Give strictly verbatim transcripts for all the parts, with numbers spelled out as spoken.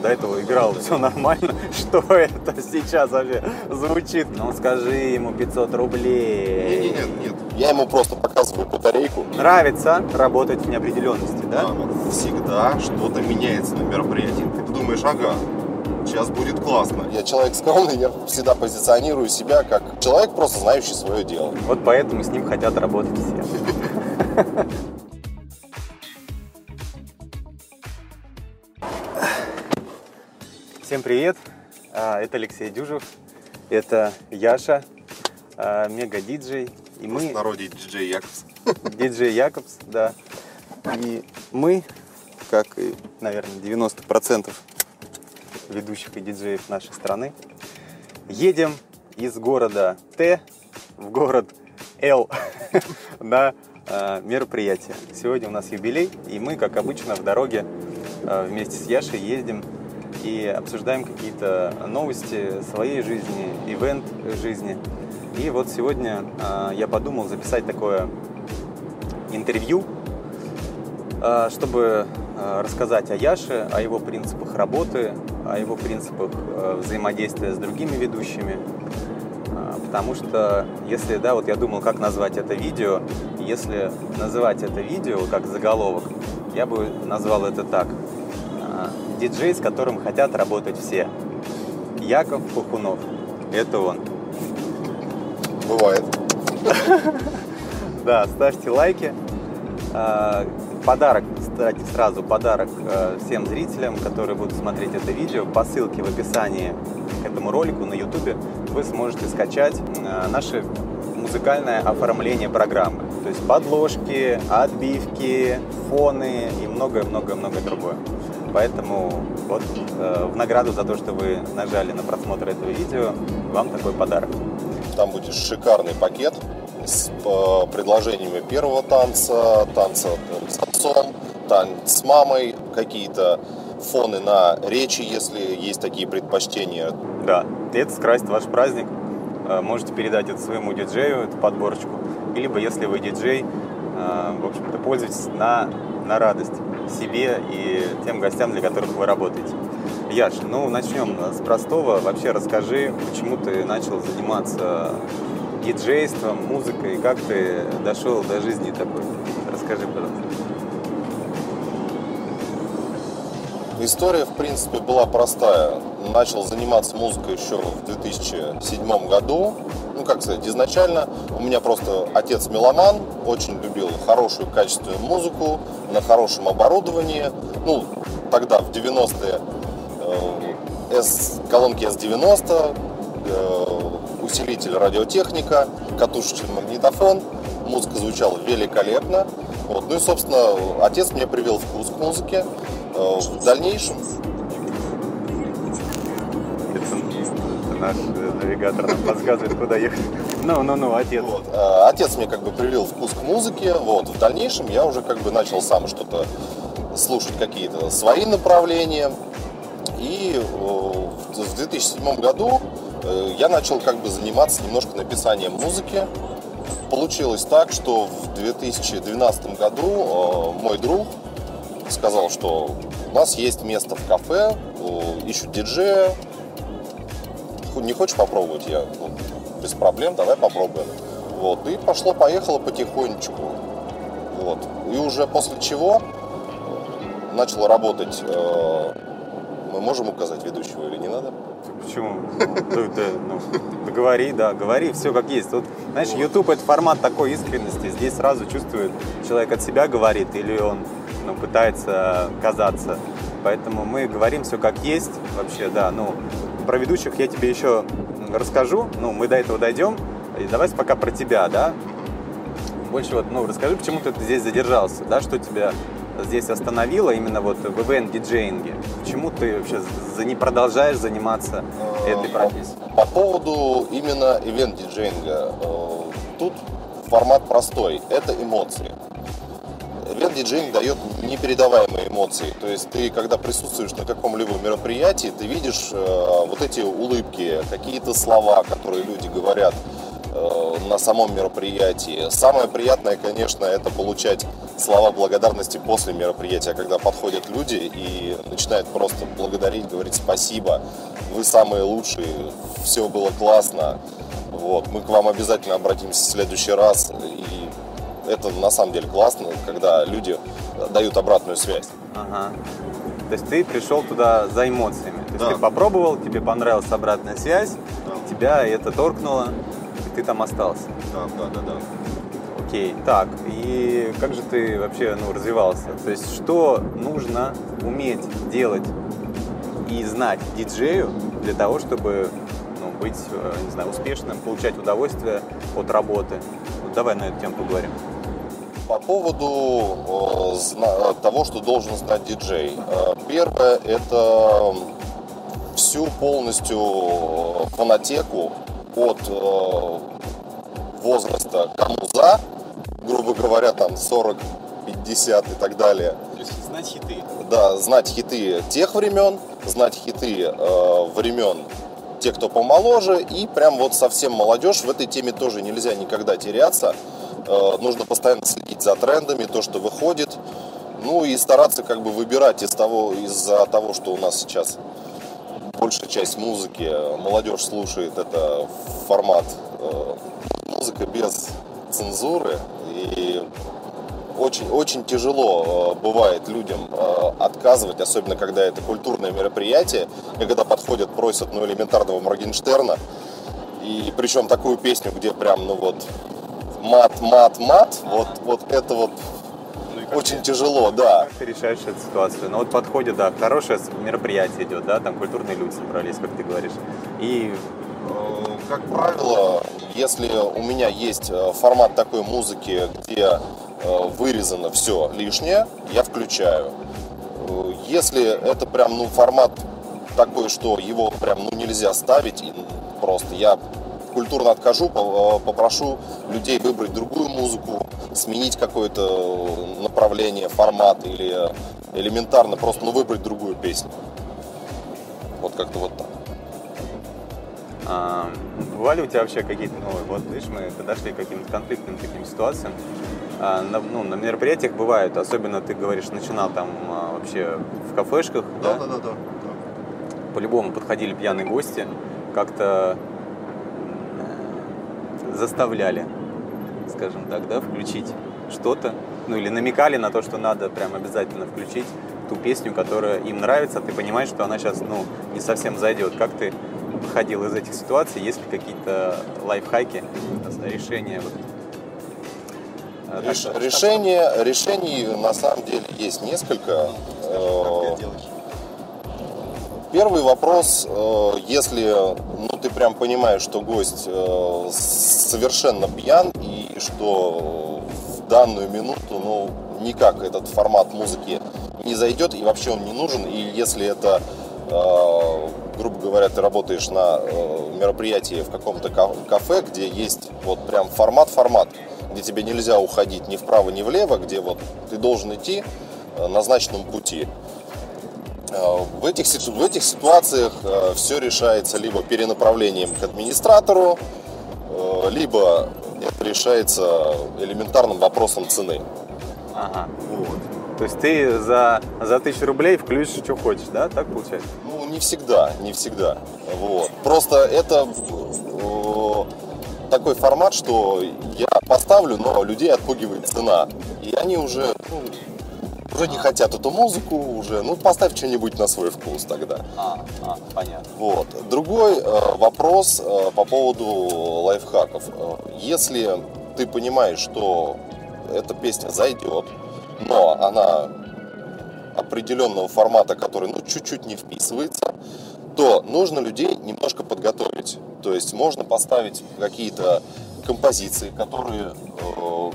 До этого играл, все нормально. Что это сейчас вообще звучит? Ну скажи ему пятьсот рублей. Нет, нет, нет. Я ему просто показываю батарейку. Нравится работать в неопределенности, да? Да, всегда что-то меняется на мероприятии. Ты думаешь, ага, сейчас будет классно. Я человек скромный, я всегда позиционирую себя как человек, просто знающий свое дело. Вот поэтому с ним хотят работать все. Всем привет, это Алексей Дюжев, это Яша, мега-диджей, и мы... В народе диджей Якобс. Диджей Якобс, да. И мы, как и, наверное, девяносто процентов ведущих и диджеев нашей страны, едем из города Т в город Л на мероприятие. Сегодня у нас юбилей, и мы, как обычно, в дороге вместе с Яшей едем и обсуждаем какие-то новости своей жизни, ивент жизни. И вот сегодня э, я подумал записать такое интервью, э, чтобы э, рассказать о Яше, о его принципах работы, о его принципах э, взаимодействия с другими ведущими. Э, потому что, если, да, вот я думал, как назвать это видео, если называть это видео как заголовок, я бы назвал это так. Диджей, с которым хотят работать все. Яков Пахунов. Это он. Бывает. Да, ставьте лайки. Подарок, кстати, сразу подарок всем зрителям, которые будут смотреть это видео. По ссылке в описании к этому ролику на ютубе вы сможете скачать наше музыкальное оформление программы. То есть подложки, отбивки, фоны и многое-многое-многое другое. Поэтому вот э, в награду за то, что вы нажали на просмотр этого видео, вам такой подарок. Там будет шикарный пакет с э, предложениями первого танца, танца с отцом, танец с мамой, какие-то фоны на речи, если есть такие предпочтения. Да, и это скрасит ваш праздник. Э, можете передать это своему диджею, эту подборочку. Либо, если вы диджей, э, в общем-то, пользуйтесь на, на радость себе и тем гостям, для которых вы работаете. Яш, ну начнем с простого. Вообще расскажи, почему ты начал заниматься диджейством, музыкой, как ты дошел до жизни такой. Расскажи, пожалуйста. История, в принципе, была простая. Начал заниматься музыкой еще в две тысячи седьмом году. Ну, как сказать, изначально у меня просто отец меломан, очень любил хорошую, качественную музыку на хорошем оборудовании. Ну, тогда в девяностые э, S, колонки эс девяносто, э, усилитель радиотехника, катушечный магнитофон. Музыка звучала великолепно. Вот. Ну и, собственно, отец меня привел вкус к музыке. Э, в дальнейшем... Наш навигатор нам подсказывает, куда ехать. Ну, ну, ну, отец. Вот. Отец мне как бы привил вкус к музыке. Вот. В дальнейшем я уже как бы начал сам что-то слушать, какие-то свои направления. И в две тысячи седьмом году я начал как бы заниматься немножко написанием музыки. Получилось так, что в две тысячи двенадцатом году мой друг сказал, что у нас есть место в кафе, ищут диджея. Не хочешь попробовать? Я, ну, без проблем, давай попробуем. Вот. И пошло-поехало потихонечку. Вот. И уже после чего начал работать. Э, мы можем указать ведущего или не надо? Почему? Ну, да, ну, да говори, да, говори, все как есть. Тут, знаешь, YouTube — это формат такой искренности. Здесь сразу чувствует, человек от себя говорит или он, ну, пытается казаться. Поэтому мы говорим все как есть. Вообще, да, ну, про ведущих я тебе еще расскажу. Ну, мы до этого дойдем. И давай пока про тебя, да. Больше вот, ну, расскажи, почему ты здесь задержался, да, что тебя здесь остановило именно вот в ивент-диджеинге. Почему ты вообще за не продолжаешь заниматься этой профессией? По поводу именно ивент-диджеинга. Тут формат простой. Это эмоции. Ивент-диджеинг дает непередаваемые эмоции. То есть ты, когда присутствуешь на каком-либо мероприятии, ты видишь э, вот эти улыбки, какие-то слова, которые люди говорят э, на самом мероприятии. Самое приятное, конечно, это получать слова благодарности после мероприятия, когда подходят люди и начинают просто благодарить, говорить спасибо, вы самые лучшие, все было классно, вот, мы к вам обязательно обратимся в следующий раз, и это на самом деле классно, когда люди дают обратную связь. Ага. То есть ты пришел туда за эмоциями, то есть Да. ты попробовал, тебе понравилась обратная связь, Да. тебя это торкнуло, и ты там остался. Да, да, да, да. Окей, так, и как же ты вообще ну, развивался? То есть что нужно уметь делать и знать диджею для того, чтобы ну, быть, не знаю, успешным, получать удовольствие от работы? Вот давай на эту тему поговорим. По поводу э, зна- того, что должен знать диджей. Э, первое – это всю полностью фонотеку от э, возраста кому за, грубо говоря, там сорок, пятьдесят и так далее. То есть знать хиты. Да, знать хиты тех времен, знать хиты э, времен тех, кто помоложе, и прям вот совсем молодежь. В этой теме тоже нельзя никогда теряться. Э, нужно постоянно следить за трендами, то, что выходит. Ну и стараться как бы выбирать из того, из-за того, что у нас сейчас большая часть музыки молодежь слушает, это формат э, музыка без цензуры. И очень, очень тяжело э, бывает людям э, отказывать, особенно когда это культурное мероприятие, и когда подходят, просят ну, элементарного Моргенштерна, и причем такую песню, где прям, ну вот, мат, мат, мат, вот, вот это вот Ну, очень тяжело, да. Как ты решаешь эту ситуацию? Ну вот подходит, да, хорошее мероприятие идет, да, там культурные люди собрались, как ты говоришь, и Э, Как правило, если у меня есть э, формат такой музыки, где э, вырезано все лишнее, я включаю. Э, Если это прям ну, формат такой, что его прям ну, нельзя ставить, и просто я культурно откажу, по- попрошу людей выбрать другую музыку, сменить какое-то направление, формат или элементарно просто ну, выбрать другую песню. Вот как-то вот так. А, бывали у тебя вообще какие-то, ну вот видишь, мы подошли к каким-то конфликтным таким ситуациям. А, на, ну, на мероприятиях бывают, особенно ты говоришь, начинал там а, вообще в кафешках, да? да, да. По-любому подходили пьяные гости, как-то э, заставляли, скажем так, да, включить что-то, ну или намекали на то, что надо прям обязательно включить ту песню, которая им нравится, ты понимаешь, что она сейчас, ну, не совсем зайдет. Как ты выходил из этих ситуаций, есть ли какие-то лайфхаки, решения? Вот, э, Реш- так, решение, решений на самом деле есть несколько. Э, Первый вопрос, э, если ну, ты прям понимаешь, что гость э, совершенно пьян и что в данную минуту ну, никак этот формат музыки не зайдет и вообще он не нужен, и если это, э, грубо говоря, ты работаешь на э, мероприятии в каком-то ка- кафе, где есть вот прям формат-формат, где тебе нельзя уходить ни вправо, ни влево, где вот ты должен идти э, назначенном пути. В этих, в этих ситуациях э, все решается либо перенаправлением к администратору, э, либо это решается элементарным вопросом цены. Ага. Вот. То есть ты за, за тысячу рублей включишь, что хочешь, да? Так получается? Ну, не всегда, не всегда. Вот. Просто это э, такой формат, что я поставлю, но людей отпугивает цена. И они уже... Ну, уже не хотят эту музыку, уже, ну, поставь что-нибудь на свой вкус тогда. А, а понятно. Вот. Другой э, вопрос э, по поводу лайфхаков. Э, Если ты понимаешь, что эта песня зайдет, но она определенного формата, который, ну, чуть-чуть не вписывается, то нужно людей немножко подготовить. То есть можно поставить какие-то композиции, которые... Э,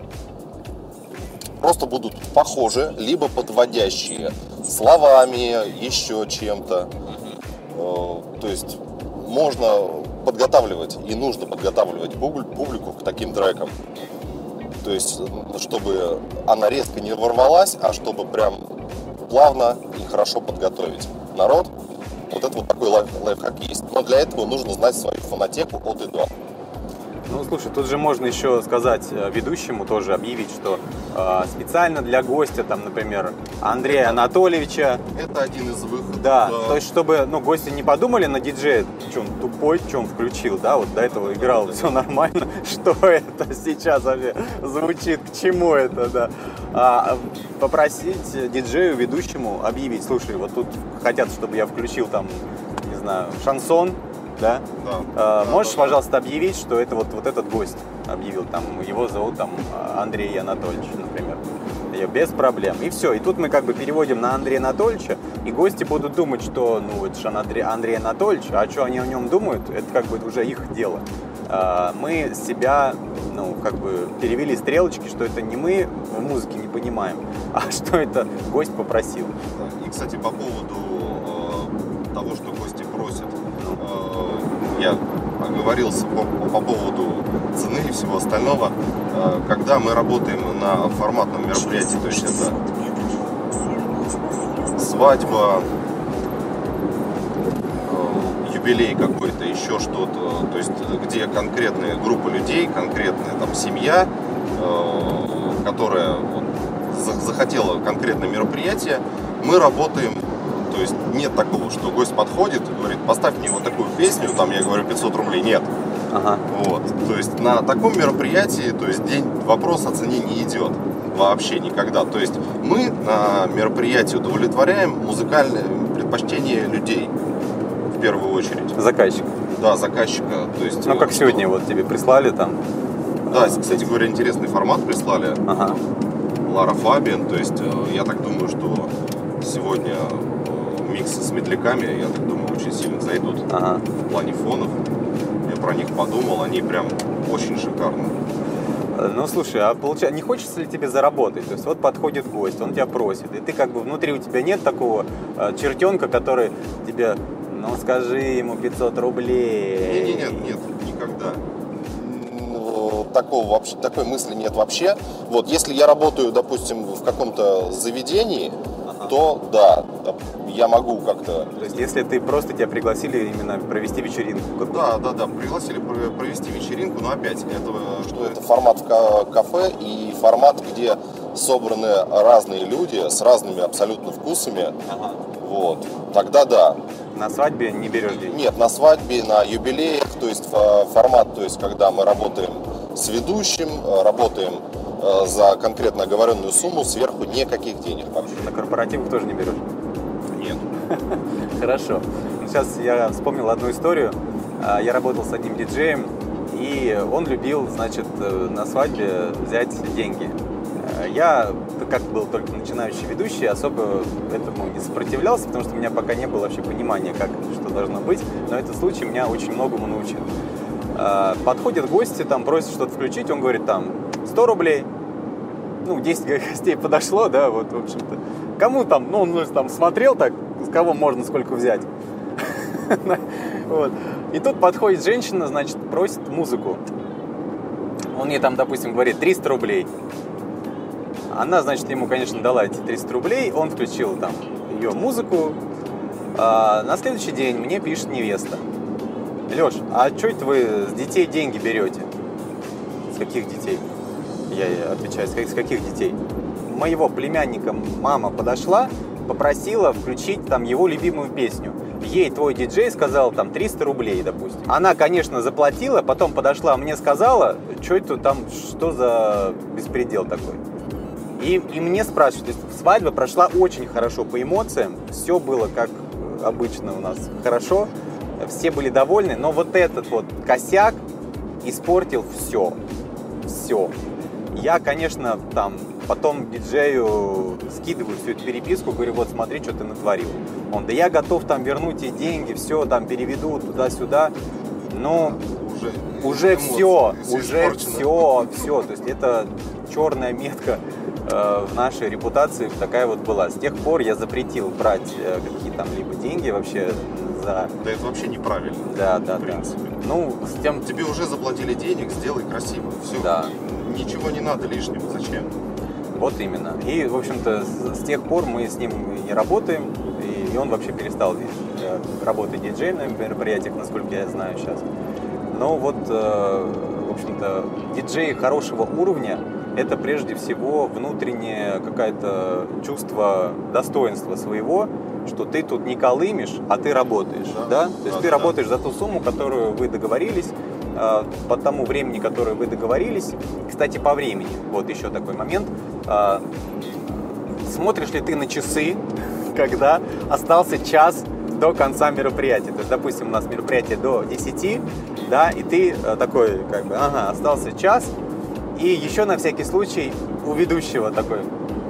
просто будут похожи, либо подводящие словами, еще чем-то. То есть можно подготавливать и нужно подготавливать публику к таким трекам. То есть, чтобы она резко не ворвалась, а чтобы прям плавно и хорошо подготовить народ. Вот это вот такой лайф- лайфхак есть. Но для этого нужно знать свою фонотеку от и до. Ну, слушай, тут же можно еще сказать ведущему тоже, объявить, что э, специально для гостя, там, например, Андрея Анатольевича. Это один из выходов. Да, да. То есть, чтобы, ну, гости не подумали на диджея, что он тупой, что он включил, да, вот до этого играл, все нормально, что это сейчас вообще звучит, к чему это, да. А попросить диджею, ведущему объявить, слушай, вот тут хотят, чтобы я включил там, не знаю, шансон, да? Да. А, да, можешь, да, пожалуйста, объявить, что это вот, вот этот гость объявил, там, его зовут там Андрей Анатольевич, например. Я без проблем. И все. И тут мы как бы переводим на Андрея Анатольевича, и гости будут думать, что, ну, это же Андрей, Андрей Анатольевич, а что они о нем думают, это как бы уже их дело. А, мы себя, ну, как бы перевели стрелочки, что это не мы в музыке не понимаем, а что это гость попросил. И, кстати, по поводу э, того, что гости просят, э, я оговорился по, по поводу цены и всего остального. Э, когда мы работаем на форматном мероприятии, то есть это свадьба, э, юбилей какой-то, еще что-то, то есть где конкретная группа людей, конкретная там семья, э, которая вот, захотела конкретное мероприятие, мы работаем, то есть нет такого, что гость подходит и говорит, поставь мне вот такую песню, там я говорю пятьсот рублей, нет. Ага. Вот, то есть на таком мероприятии, то есть день, вопрос о цене не идет вообще никогда. То есть мы на мероприятии удовлетворяем музыкальные предпочтения людей в первую очередь. Заказчик. Да, заказчика. То есть, ну, как что... сегодня вот тебе прислали там. Да, кстати говоря, интересный формат прислали. Ага. Лара Фабиан, то есть я так думаю, что сегодня миксы с медляками, я так думаю, очень сильно зайдут ага. в плане фонов. Я про них подумал, они прям очень шикарные. Ну, слушай, а получается, не хочется ли тебе заработать? То есть вот подходит гость, он тебя просит, и ты как бы внутри у тебя нет такого э, чертенка, который тебе, ну, скажи ему пятьсот рублей. Нет, нет, нет, никогда. Такого вообще, такой мысли нет вообще. Вот, если я работаю, допустим, в каком-то заведении, ага. то да, я могу как-то... То есть, если ты просто тебя пригласили именно провести вечеринку? Да, да, да, пригласили провести вечеринку, но опять, это, что это формат в кафе и формат, где собраны разные люди с разными абсолютно вкусами. Ага. Вот, тогда да. На свадьбе не берешь денег? Нет, на свадьбе, на юбилеях, то есть формат, то есть когда мы работаем с ведущим, работаем за конкретно оговоренную сумму, сверху никаких денег вообще. На корпоративах тоже не берешь? Нет. Хорошо. Сейчас я вспомнил одну историю. Я работал с одним диджеем, и он любил, значит, на свадьбе взять деньги. Я, как был только начинающий ведущий, особо этому не сопротивлялся, потому что у меня пока не было вообще понимания, как что должно быть. Но этот случай меня очень многому научил. Подходят гости, там просят что-то включить, он говорит, там, сто рублей. Ну, десять гостей подошло, да, вот, в общем-то. Кому там, ну, он там смотрел так, с кого можно сколько взять. Вот. И тут подходит женщина, значит, просит музыку. Он ей там, допустим, говорит, триста рублей. Она, значит, ему, конечно, дала эти триста рублей, он включил там ее музыку. А на следующий день мне пишет невеста. Леш, а что это вы с детей деньги берете? С каких детей? Я ей отвечаю, с каких детей? Моего племянника мама подошла, попросила включить там его любимую песню. Ей твой диджей сказал там триста рублей, допустим. Она, конечно, заплатила, потом подошла, мне сказала, что это там, что за беспредел такой. И, и мне спрашивают, то есть свадьба прошла очень хорошо по эмоциям, все было как обычно у нас хорошо, все были довольны, но вот этот вот косяк испортил все, все. Я, конечно, там потом диджею скидываю всю эту переписку, говорю, вот смотри, что ты натворил. Он, да я готов там вернуть тебе деньги, все, там переведу туда-сюда, но уже, уже все, уже все, все, то есть это черная метка э, в нашей репутации такая вот была. С тех пор я запретил брать э, какие там либо деньги вообще за... Да это вообще неправильно. Да, да, в принципе. Да. Ну, с тем... Тебе уже заплатили денег, сделай красиво, все. Да. Ничего не надо лишнего, зачем? Вот именно. И, в общем-то, с, с тех пор мы с ним не работаем, и, и он вообще перестал работать диджеем на мероприятиях, насколько я знаю сейчас. но вот, э, в общем-то, диджеи хорошего уровня – это прежде всего внутреннее какое-то чувство достоинства своего, что ты тут не колымешь, а ты работаешь, да? да? То есть да, ты да. работаешь за ту сумму, которую вы договорились, э, по тому времени, которое вы договорились. Кстати, по времени, вот еще такой момент. Э, смотришь ли ты на часы, когда остался час до конца мероприятия? То есть, допустим, у нас мероприятие до десяти, да, и ты э, такой, как бы, ага, остался час, и еще на всякий случай у ведущего такой,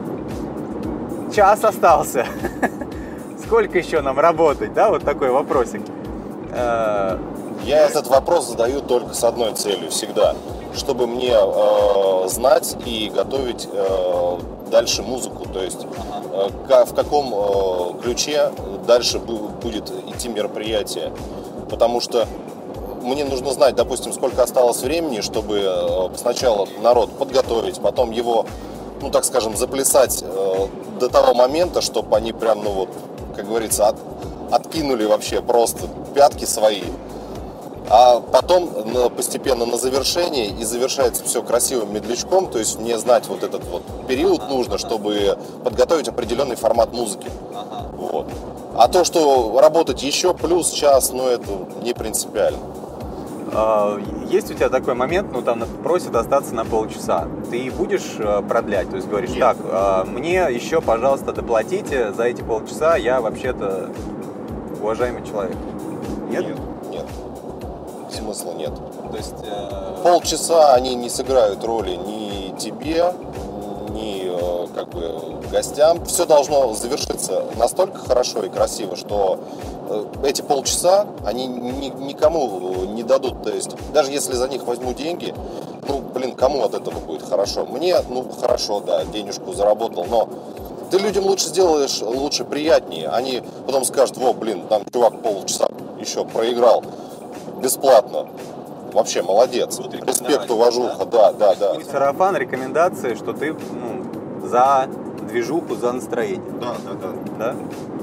час остался. Сколько еще нам работать, да, вот такой вопросик. Я этот вопрос задаю только с одной целью всегда, чтобы мне э, знать и готовить э, дальше музыку, то есть э, в каком э, ключе дальше будет идти мероприятие, потому что мне нужно знать, допустим, сколько осталось времени, чтобы э, сначала народ подготовить, потом его, ну так скажем, заплясать э, до того момента, чтобы они прям, ну вот, как говорится, от, откинули вообще просто пятки свои, а потом постепенно на завершении, и завершается все красивым медлячком, то есть мне знать вот этот вот период нужно, чтобы подготовить определенный формат музыки. Вот. А то, что работать еще плюс час, ну это не принципиально. Есть у тебя такой момент, ну там просят остаться на полчаса. Ты будешь продлять? То есть говоришь, нет. Так, мне еще, пожалуйста, доплатите за эти полчаса, я вообще-то уважаемый человек. Нет? Нет, нет. Смысла нет. То есть э... полчаса они не сыграют роли ни тебе, ни как бы гостям. Все должно завершиться настолько хорошо и красиво, что эти полчаса они ни, никому не дадут. То есть даже если за них возьму деньги, ну, блин, кому от этого будет хорошо? Мне, ну, хорошо, да, денежку заработал, но ты людям лучше сделаешь, лучше приятнее. Они потом скажут, во, блин, там чувак полчаса еще проиграл бесплатно. Вообще молодец. Респект, уважуха, да, да, да. И сарафан, рекомендации, что ты, ну, за движуху, за настроение. Да, да, да. Да?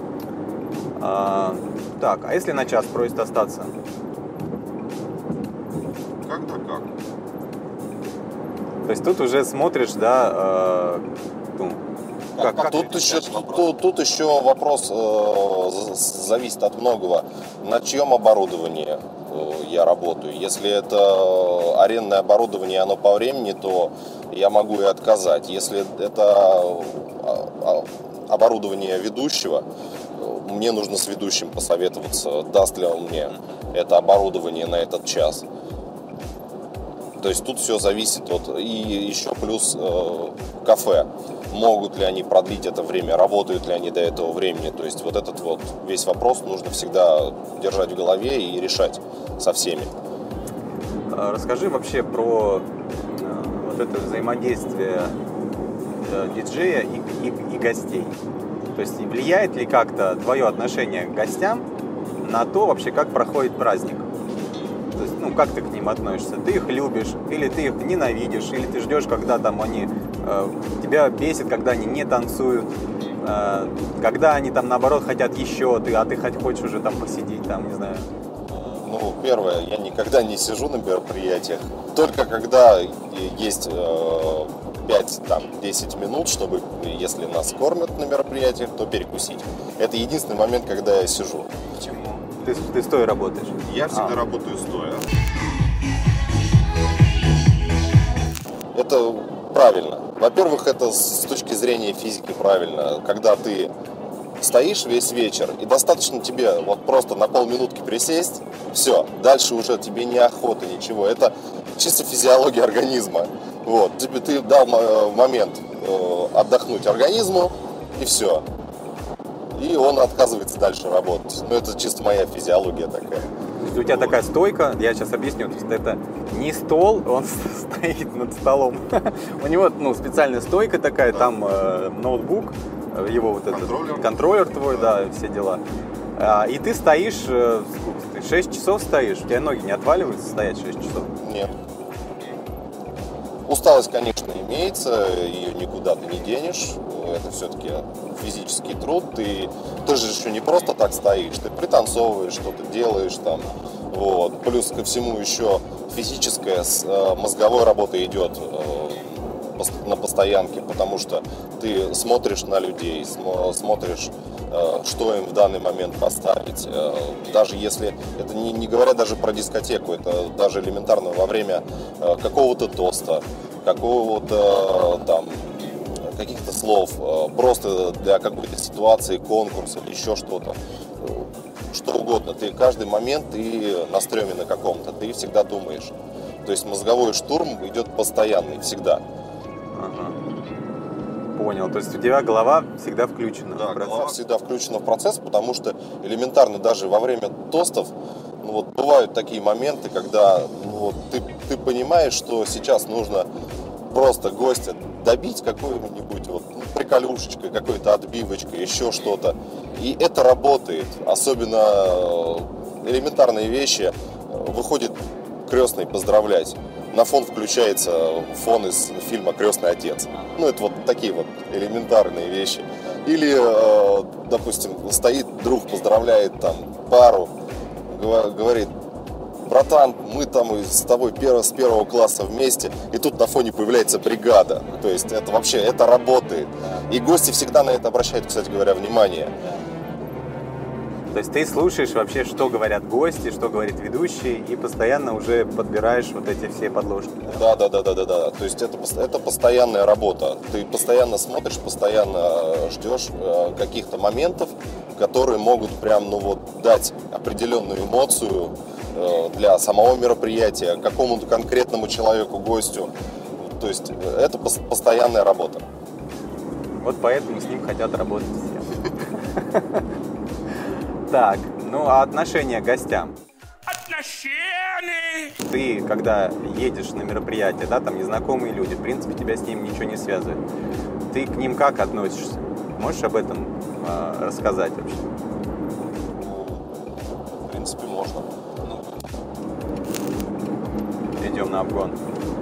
А, так, а если на час просит остаться? Как-то как. То есть тут уже смотришь, да, э, ну, как, как тут, еще, тут, тут еще вопрос э, зависит от многого. На чьем оборудовании э, я работаю. Если это арендное оборудование, оно по времени, то я могу и отказать. Если это оборудование ведущего, мне нужно с ведущим посоветоваться, даст ли он мне это оборудование на этот час. То есть тут все зависит от... И еще плюс э, кафе. Могут ли они продлить это время, работают ли они до этого времени. То есть вот этот вот весь вопрос нужно всегда держать в голове и решать со всеми. Расскажи вообще про вот это взаимодействие диджея и, и, и гостей. То есть влияет ли как-то твое отношение к гостям на то вообще, как проходит праздник? То есть, ну, как ты к ним относишься? Ты их любишь, или ты их ненавидишь, или ты ждешь, когда там они, э, тебя бесит, когда они не танцуют, э, когда они там наоборот хотят еще, ты, а ты хоть хочешь уже там посидеть, там, не знаю. Ну, первое, я никогда не сижу на мероприятиях, только когда есть э, пять-десять минут, чтобы, если нас кормят на мероприятиях, то перекусить. Это единственный момент, когда я сижу. Почему? Ты, ты стоя работаешь? Я всегда а. работаю стоя. Это правильно. Во-первых, это с точки зрения физики правильно. Когда ты стоишь весь вечер, и достаточно тебе вот просто на полминутки присесть, все, дальше уже тебе неохота, ничего. Это чисто физиология организма. Вот. Тебе ты дал момент отдохнуть организму, и все. И он отказывается дальше работать. Ну, это чисто моя физиология такая. У тебя вот такая стойка, я сейчас объясню, то есть это не стол, он стоит над столом. У него, ну, специальная стойка такая, там э, ноутбук, его вот этот контроллер, контроллер твой, да. да, все дела. А, и ты стоишь, э, сколько ты, шесть часов стоишь, у тебя ноги не отваливаются стоять шесть часов? Нет. Усталость, конечно, имеется, ее никуда ты не денешь. Это все-таки физический труд. Ты, ты же еще не просто так стоишь, ты пританцовываешь, что-то делаешь там. Вот. Плюс ко всему еще физическая мозговая работа идет на постоянке, потому что ты смотришь на людей, смотришь, что им в данный момент поставить. Даже если, это не, не говоря даже про дискотеку, это даже элементарно во время какого-то тоста, какого-то там каких-то слов, просто для какой-то ситуации, конкурса или еще что-то, что угодно. Ты каждый момент ты на стреме на каком-то, ты всегда думаешь. То есть мозговой штурм идет постоянный, всегда. Ага. Понял. То есть у тебя голова всегда включена да, в процесс? голова всегда включена в процесс, потому что элементарно даже во время тостов, ну, вот, бывают такие моменты, когда ну, вот, ты, ты понимаешь, что сейчас нужно просто гостя добить какой-нибудь вот, ну, приколюшечкой, какой-то отбивочкой, еще что-то. И это работает. Особенно элементарные вещи. Выходит крестный поздравлять. На фон включается фон из фильма «Крестный отец». Ну, это вот такие вот элементарные вещи. Или, допустим, стоит друг, поздравляет там пару, говорит: братан, мы там с тобой с первого класса вместе, и тут на фоне появляется бригада. То есть это вообще, это работает. И гости всегда на это обращают, кстати говоря, внимание. То есть ты слушаешь вообще, что говорят гости, что говорит ведущий, и постоянно уже подбираешь вот эти все подложки. Да, да, да, да, да, да. То есть это, это постоянная работа. Ты постоянно смотришь, постоянно ждешь каких-то моментов, которые могут прям, ну вот, дать определенную эмоцию для самого мероприятия, какому-то конкретному человеку, гостю. То есть это постоянная работа. Вот поэтому с ним хотят работать все. Так, ну а отношение к гостям? Отношения! Ты, когда едешь на мероприятие, да, там незнакомые люди, в принципе, тебя с ним ничего не связывает. Ты к ним как относишься? Можешь об этом э, рассказать вообще? В принципе, можно. Идем на обгон.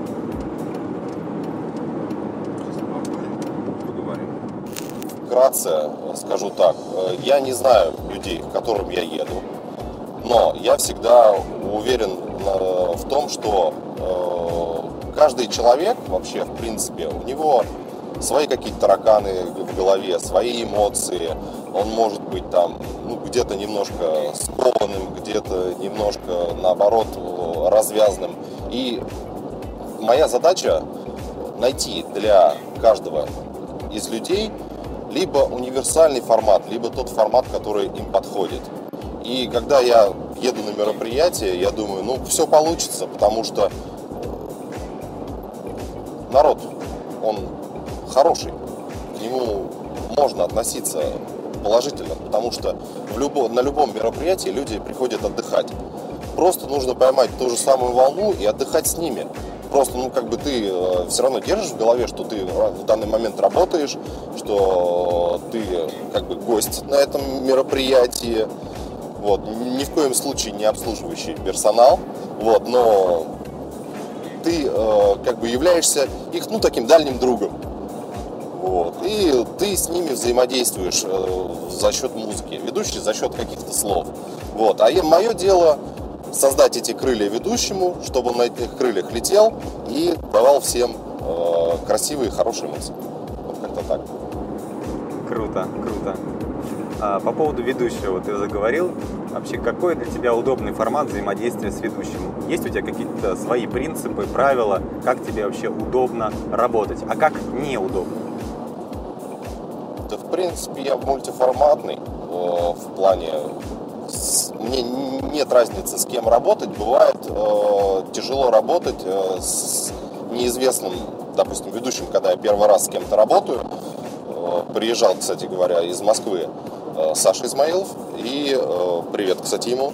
Вкратце скажу так, я не знаю людей, к которым я еду, но я всегда уверен в том, что каждый человек вообще, в принципе, у него свои какие-то тараканы в голове, свои эмоции, он может быть там, ну, где-то немножко скованным, где-то немножко, наоборот, развязанным. И моя задача найти для каждого из людей либо универсальный формат, либо тот формат, который им подходит. И когда я еду на мероприятие, я думаю, ну, все получится, потому что народ, он хороший, к нему можно относиться положительно, потому что в любо, на любом мероприятии люди приходят отдыхать. Просто нужно поймать ту же самую волну и отдыхать с ними. Просто, ну, как бы ты э, все равно держишь в голове, что ты в данный момент работаешь, что ты как бы гость на этом мероприятии, вот, ни в коем случае не обслуживающий персонал, вот, но ты э, как бы являешься их, ну, таким дальним другом, вот, и ты с ними взаимодействуешь э, за счет музыки, ведущий за счет каких-то слов, вот, а мое дело создать эти крылья ведущему, чтобы он на этих крыльях летел и давал всем э, красивые, хорошие эмоции. Вот как-то так. Круто, круто. А по поводу ведущего ты заговорил. Вообще, какой для тебя удобный формат взаимодействия с ведущим? Есть у тебя какие-то свои принципы, правила, как тебе вообще удобно работать, а как неудобно? Да, в принципе, я мультиформатный э, в плане... Мне нет разницы, с кем работать. Бывает э, тяжело работать э, с неизвестным, допустим, ведущим, когда я первый раз с кем-то работаю. Э, приезжал, кстати говоря, из Москвы э, Саша Измаилов. И э, привет, кстати, ему.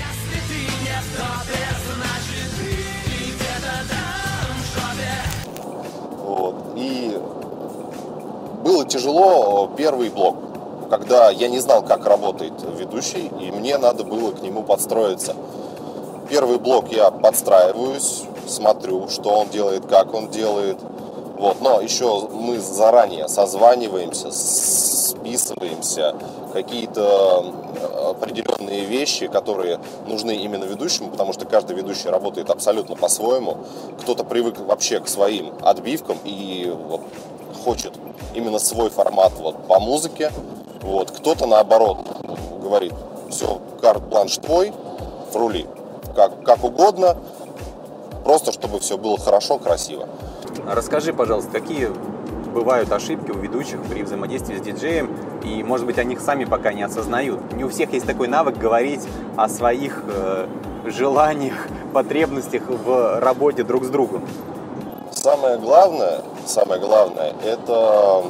Вот. И было тяжело первый блок, когда я не знал, как работает ведущий, и мне надо было к нему подстроиться. Первый блок я подстраиваюсь, смотрю, что он делает, как он делает. Вот. Но еще мы заранее созваниваемся, списываемся, какие-то определенные вещи, которые нужны именно ведущему, потому что каждый ведущий работает абсолютно по-своему. Кто-то привык вообще к своим отбивкам и вот хочет именно свой формат вот, по музыке. Вот. Кто-то наоборот говорит: все, карт-бланш твой, рули как, как угодно, просто чтобы все было хорошо, красиво. Расскажи, пожалуйста, какие бывают ошибки у ведущих при взаимодействии с диджеем, и, может быть, они их сами пока не осознают. Не у всех есть такой навык говорить о своих э, желаниях, потребностях в работе друг с другом. Самое главное, самое главное, это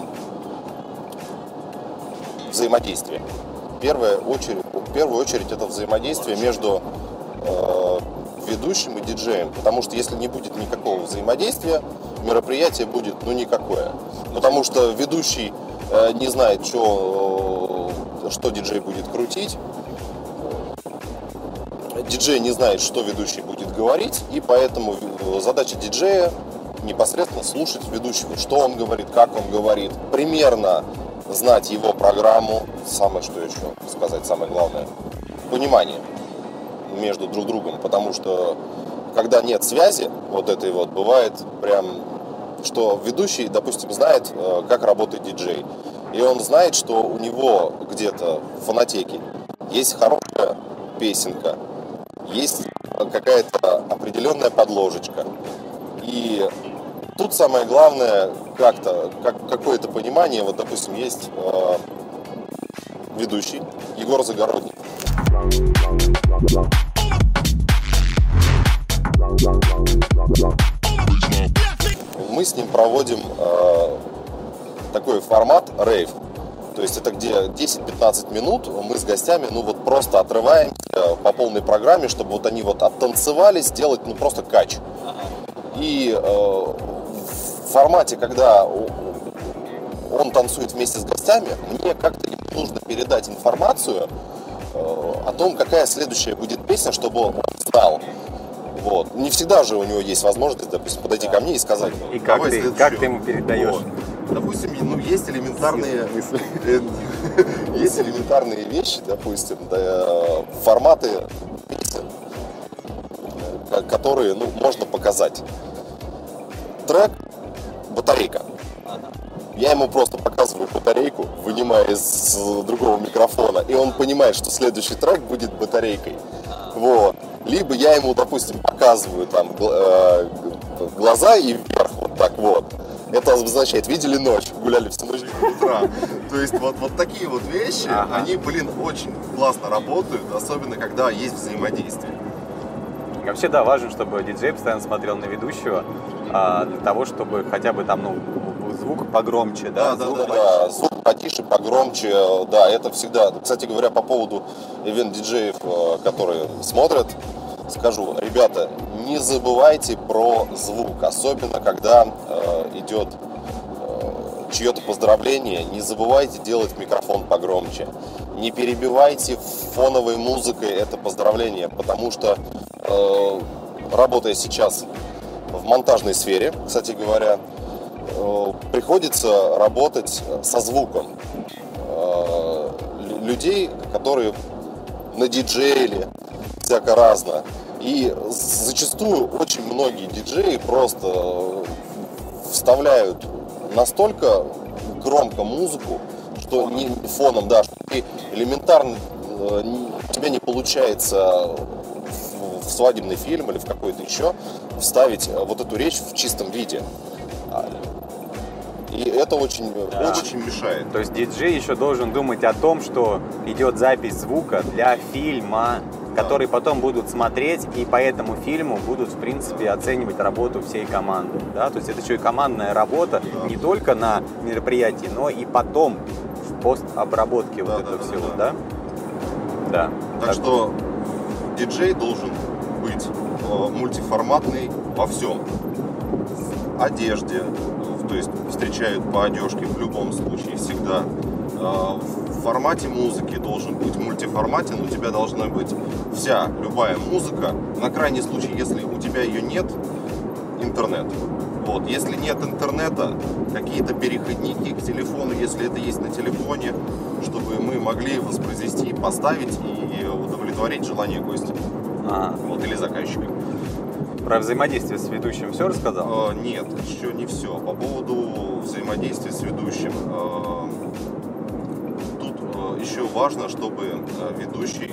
взаимодействие. В первую очередь, в первую очередь это взаимодействие между э, ведущим и диджеем, потому что если не будет никакого взаимодействия, мероприятие будет ну никакое. Потому что ведущий э, не знает, что, э, что диджей будет крутить, диджей не знает, что ведущий будет говорить, и поэтому задача диджея непосредственно слушать ведущего, что он говорит, как он говорит, примерно знать его программу. Самое, что еще сказать, самое главное, понимание между друг другом, потому что когда нет связи, вот этой вот, бывает прям, что ведущий, допустим, знает, как работает диджей, и он знает, что у него где-то в фонотеке есть хорошая песенка, есть какая-то определенная подложечка, и тут самое главное как-то, как, какое-то понимание, вот, допустим, есть э, ведущий Егор Загородний. Мы с ним проводим э, такой формат рейв. То есть это где десять-пятнадцать минут мы с гостями ну вот просто отрываемся по полной программе, чтобы вот они вот оттанцевали, сделать ну просто кач. И э, в формате, когда он танцует вместе с гостями, мне как-то нужно передать информацию э, о том, какая следующая будет песня, чтобы он знал. Вот. Не всегда же у него есть возможность, допустим, подойти да. ко мне и сказать. И как ты, как ты ему передаешь? Вот. Допустим, ну, есть элементарные, есть элементарные вещи, допустим, да, форматы песен, которые ну, можно показать. Трек «Батарейка». Я ему просто показываю батарейку, вынимая из другого микрофона, и он понимает, что следующий трек будет батарейкой. Вот. Либо я ему, допустим, показываю там глаза и вверх, вот так вот. Это означает, видели ночь, гуляли всю ночь до утра. То есть вот, вот такие вот вещи, ага. они, блин, очень классно работают, особенно когда есть взаимодействие. Вообще, да, важно, чтобы диджей постоянно смотрел на ведущего, а, для того, чтобы хотя бы там, ну, звук погромче, да? Да, звук да, да, да, звук потише, погромче, да, это всегда. Кстати говоря, по поводу ивент-диджеев, которые смотрят, скажу, ребята, не забывайте про звук, особенно когда э, идет э, чье-то поздравление, не забывайте делать микрофон погромче, не перебивайте фоновой музыкой это поздравление, потому что э, работая сейчас в монтажной сфере, кстати говоря, э, приходится работать со звуком э, людей, которые надиджеили всяко разно. И зачастую очень многие диджеи просто вставляют настолько громко музыку, что не фоном, да, что ты элементарно у тебя не получается в свадебный фильм или в какой-то еще вставить вот эту речь в чистом виде. И это очень, да. очень мешает. То есть диджей еще должен думать о том, что идет запись звука для фильма, да. который потом будут смотреть и по этому фильму будут, в принципе, оценивать работу всей команды. Да? То есть это еще и командная работа, да. не только на мероприятии, но и потом в постобработке да, вот да, этого да, всего. Да? Да. Да. Так, так что диджей должен быть э, мультиформатный во всем. В одежде, то есть встречают по одежке в любом случае, всегда. В формате музыки должен быть мультиформатен, у тебя должна быть вся, любая музыка. На крайний случай, если у тебя ее нет, интернет. Вот. Если нет интернета, какие-то переходники к телефону, если это есть на телефоне, чтобы мы могли воспроизвести, поставить и удовлетворить желание гостя. Ага. Вот, или заказчика. Про взаимодействие с ведущим все рассказал? Э, нет, еще не все. По поводу взаимодействия с ведущим. Э, тут э, еще важно, чтобы э, ведущий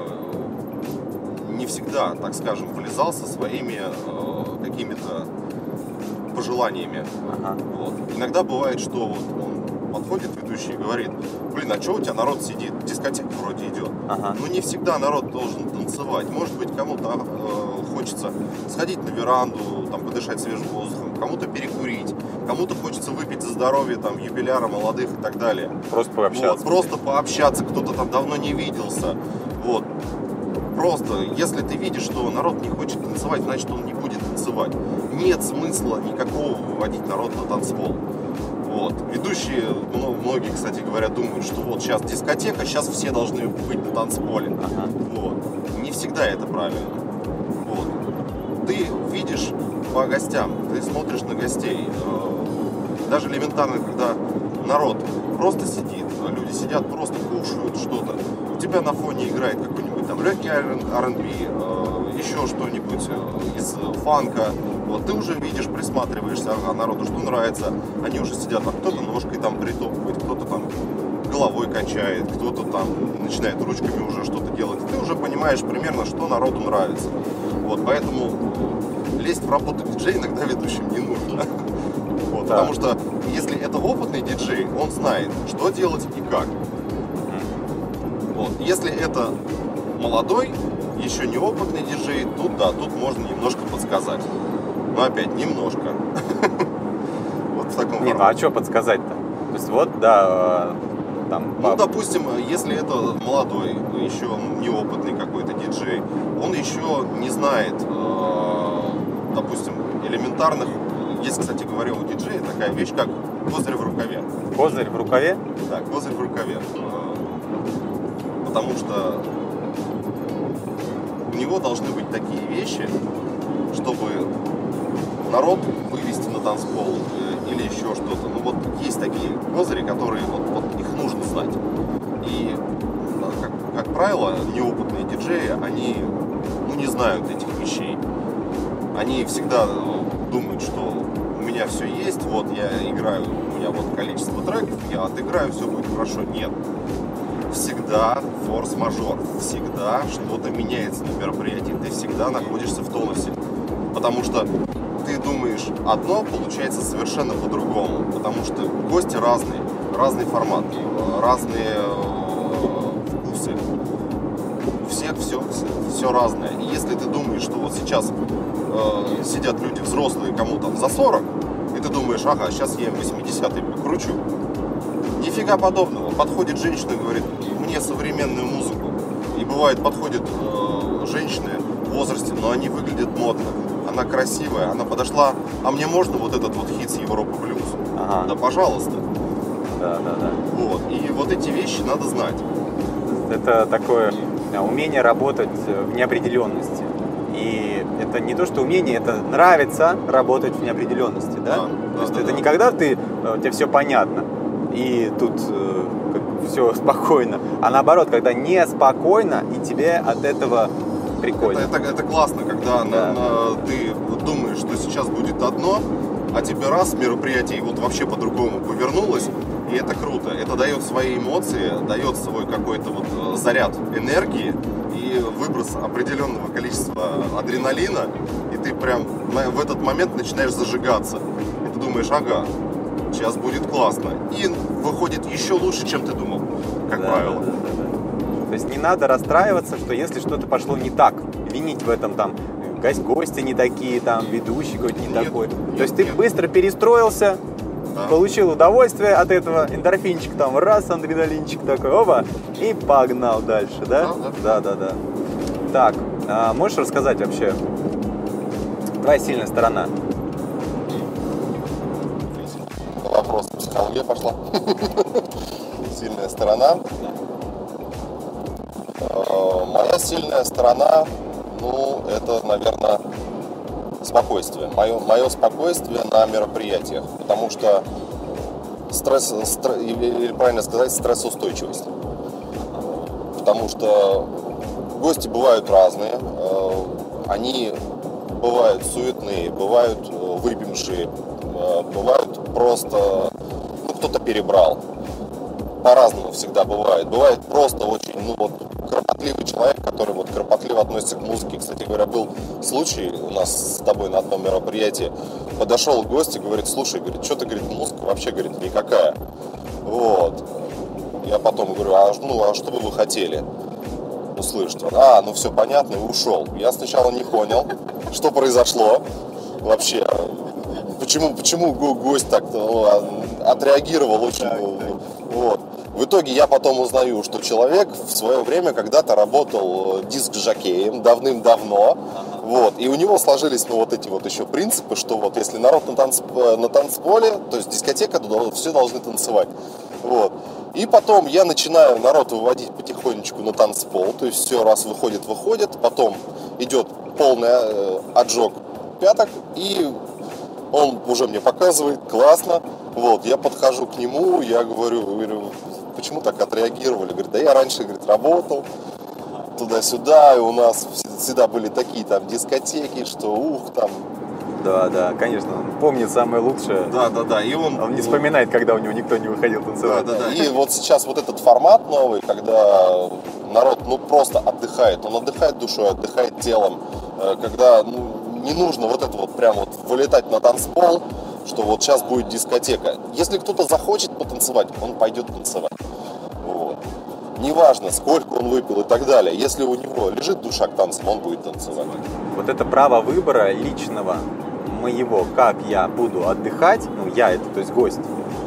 э, не всегда, так скажем, влезал со своими э, какими-то пожеланиями. Ага. Вот. Иногда бывает, что вот он подходит, ведущий, и говорит: блин, а что у тебя народ сидит? Дискотека вроде идет. Ага. Но не всегда народ должен танцевать. Может быть, кому-то э, хочется сходить на веранду, там, подышать свежим воздухом, кому-то перекурить, кому-то хочется выпить за здоровье там, юбиляра, молодых и так далее. Просто пообщаться. Вот, просто пообщаться, кто-то там давно не виделся. Вот. Просто, если ты видишь, что народ не хочет танцевать, значит, он не будет танцевать. Нет смысла никакого выводить народ на танцпол. Вот. Ведущие, ну, многие, кстати говоря, думают, что вот сейчас дискотека, сейчас все должны быть на танцполе. Ага. Вот. Не всегда это правильно. Вот. Ты видишь по гостям, ты смотришь на гостей. Даже элементарно, когда народ просто сидит, люди сидят, просто кушают что-то. У тебя на фоне играет какой-нибудь там легкий ар энд би, э, еще что-нибудь э, из фанка. Вот ты уже видишь, присматриваешься, ага, народу что нравится. Они уже сидят, а кто-то ножкой там притопывает, кто-то там головой качает, кто-то там начинает ручками уже что-то делать. Ты уже понимаешь примерно, что народу нравится. Вот, поэтому лезть в работу диджея иногда ведущим не нужно. Вот, да. Потому что если это опытный диджей, он знает, что делать и как. Вот. Если это молодой, еще не опытный диджей, тут да, тут можно немножко подсказать. Но опять немножко. Вот в таком Не, ну а что подсказать-то? То есть вот, да, там... Ну, допустим, если это молодой, еще неопытный какой-то диджей, он еще не знает, допустим, элементарных... Есть, кстати говоря, у диджея такая вещь, как козырь в рукаве. Козырь в рукаве? Да, козырь в рукаве. Потому что у него должны быть такие вещи, чтобы народ вывести на танцпол или еще что-то. Ну вот есть такие козыри, которые вот, вот их нужно знать. И, как, как правило, неопытные диджеи, они ну, не знают этих вещей. Они всегда думают, что у меня все есть, вот я играю, у меня вот количество треков, я отыграю, все будет хорошо. Нет. Всегда форс-мажор, всегда что-то меняется на мероприятии, ты всегда находишься в тонусе, потому что ты думаешь одно, получается совершенно по-другому, потому что гости разные, разный формат, разные вкусы, у всех все, все, все разное. И если ты думаешь, что вот сейчас э, сидят люди взрослые, кому там за сорок, и ты думаешь, ага, сейчас я им восьмидесятые покручу, нифига подобного. Подходит женщина и говорит: мне современную музыку. И бывает, подходят э, женщины в возрасте, но они выглядят модно. Она красивая, она подошла, а мне можно вот этот вот хит с Европы блюз? Ага. Да, пожалуйста. Да, да, да. Вот. И вот эти вещи надо знать. Это такое умение работать в неопределенности. И это не то, что умение, это нравится работать в неопределенности, да? Да, то да, есть да, это да. не когда ты, у тебя все понятно, и тут э, все спокойно, а наоборот, когда неспокойно, и тебе от этого прикольно. Это, это, это классно, когда Да. на, на, ты думаешь, что сейчас будет одно, а тебе раз мероприятие вот вообще по-другому повернулось, и это круто. Это дает свои эмоции, дает свой какой-то вот заряд энергии и выброс определенного количества адреналина, и ты прям в этот момент начинаешь зажигаться. И ты думаешь, ага, сейчас будет классно. И выходит еще лучше, чем ты думал, как Да, правило. да, да, да. То есть не надо расстраиваться, что если что-то пошло не так, винить в этом там гость- гости не такие, там ведущий какой-то не Нет, такой. нет, То есть ты нет. быстро перестроился, Да. получил удовольствие от этого, эндорфинчик там, раз, адреналинчик такой, оба, и погнал дальше, да? Да, Да, да, да. Так, а можешь рассказать вообще твоя сильная сторона? Вопрос, психология пошла. Сильная сторона. Э, Моя сильная сторона, ну, это, наверное, Спокойствие. Мое, мое спокойствие на мероприятиях. Потому что стресс, стресс, или правильно сказать, стрессоустойчивость. Потому что гости бывают разные. Они бывают суетные, бывают выпившие, бывают просто, ну, кто-то перебрал. По-разному всегда бывает. Бывает просто очень, ну вот, кропотливый человек, который вот кропотливо относится к музыке. Кстати говоря, был случай у нас с тобой на одном мероприятии. Подошел гость и говорит: слушай, говорит, что ты, говорит, музыка вообще, говорит, никакая. Вот. Я потом говорю: а, ну, а что бы вы хотели услышать? А, ну все понятно, и ушел. Я сначала не понял, что произошло вообще. Почему, почему гость так-то отреагировал очень... Вот. В итоге я потом узнаю, что человек в свое время когда-то работал диск-жокеем давным-давно. Вот. И у него сложились, ну, вот эти вот еще принципы, что вот если народ на, танц... на танцполе, то есть дискотека, то все должны танцевать. Вот. И потом я начинаю народ выводить потихонечку на танцпол, то есть все, раз выходит, выходит, потом идет полный э, отжог пяток, и он уже мне показывает, классно. Вот, я подхожу к нему, я говорю, говорю, почему так отреагировали? Говорит: да я раньше, говорит, работал туда-сюда, и у нас всегда были такие там дискотеки, что ух, там. Да, да, конечно, он помнит самое лучшее. Да, да, да, и он... Он не вспоминает, когда у него никто не выходил танцевать. Да, да, да. И вот сейчас вот этот формат новый, когда народ, ну, просто отдыхает, он отдыхает душой, отдыхает телом, когда, ну, не нужно вот это вот прям вот вылетать на танцпол, что вот сейчас будет дискотека. Если кто-то захочет потанцевать, он пойдет танцевать. Вот. Неважно, сколько он выпил и так далее. Если у него лежит душа к танцам, он будет танцевать. Вот это право выбора личного моего, как я буду отдыхать, ну я это, то есть гость,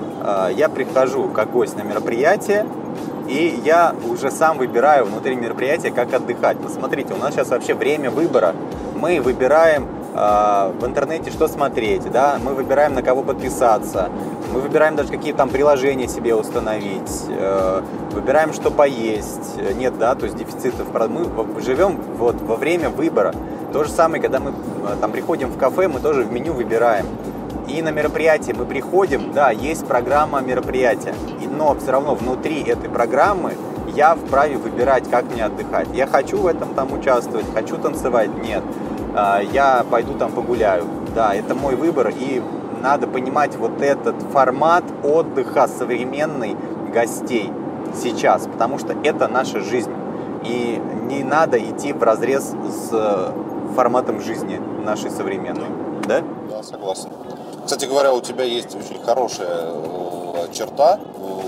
я прихожу как гость на мероприятие, и я уже сам выбираю внутри мероприятия, как отдыхать. Посмотрите, у нас сейчас вообще время выбора. Мы выбираем э, в интернете, что смотреть, да? Мы выбираем, на кого подписаться, мы выбираем даже, какие там приложения себе установить, э, выбираем, что поесть. Нет, да, то есть дефицитов. Мы живем вот во время выбора. То же самое, когда мы там приходим в кафе, мы тоже в меню выбираем. И на мероприятие мы приходим, да, есть программа мероприятия, но все равно внутри этой программы я вправе выбирать, как мне отдыхать. Я хочу в этом там участвовать, хочу танцевать, нет. Я пойду там погуляю. Да, это мой выбор, и надо понимать вот этот формат отдыха современный гостей сейчас, потому что это наша жизнь. И не надо идти вразрез с форматом жизни нашей современной. Да? Да, согласен. Кстати говоря, у тебя есть очень хорошая черта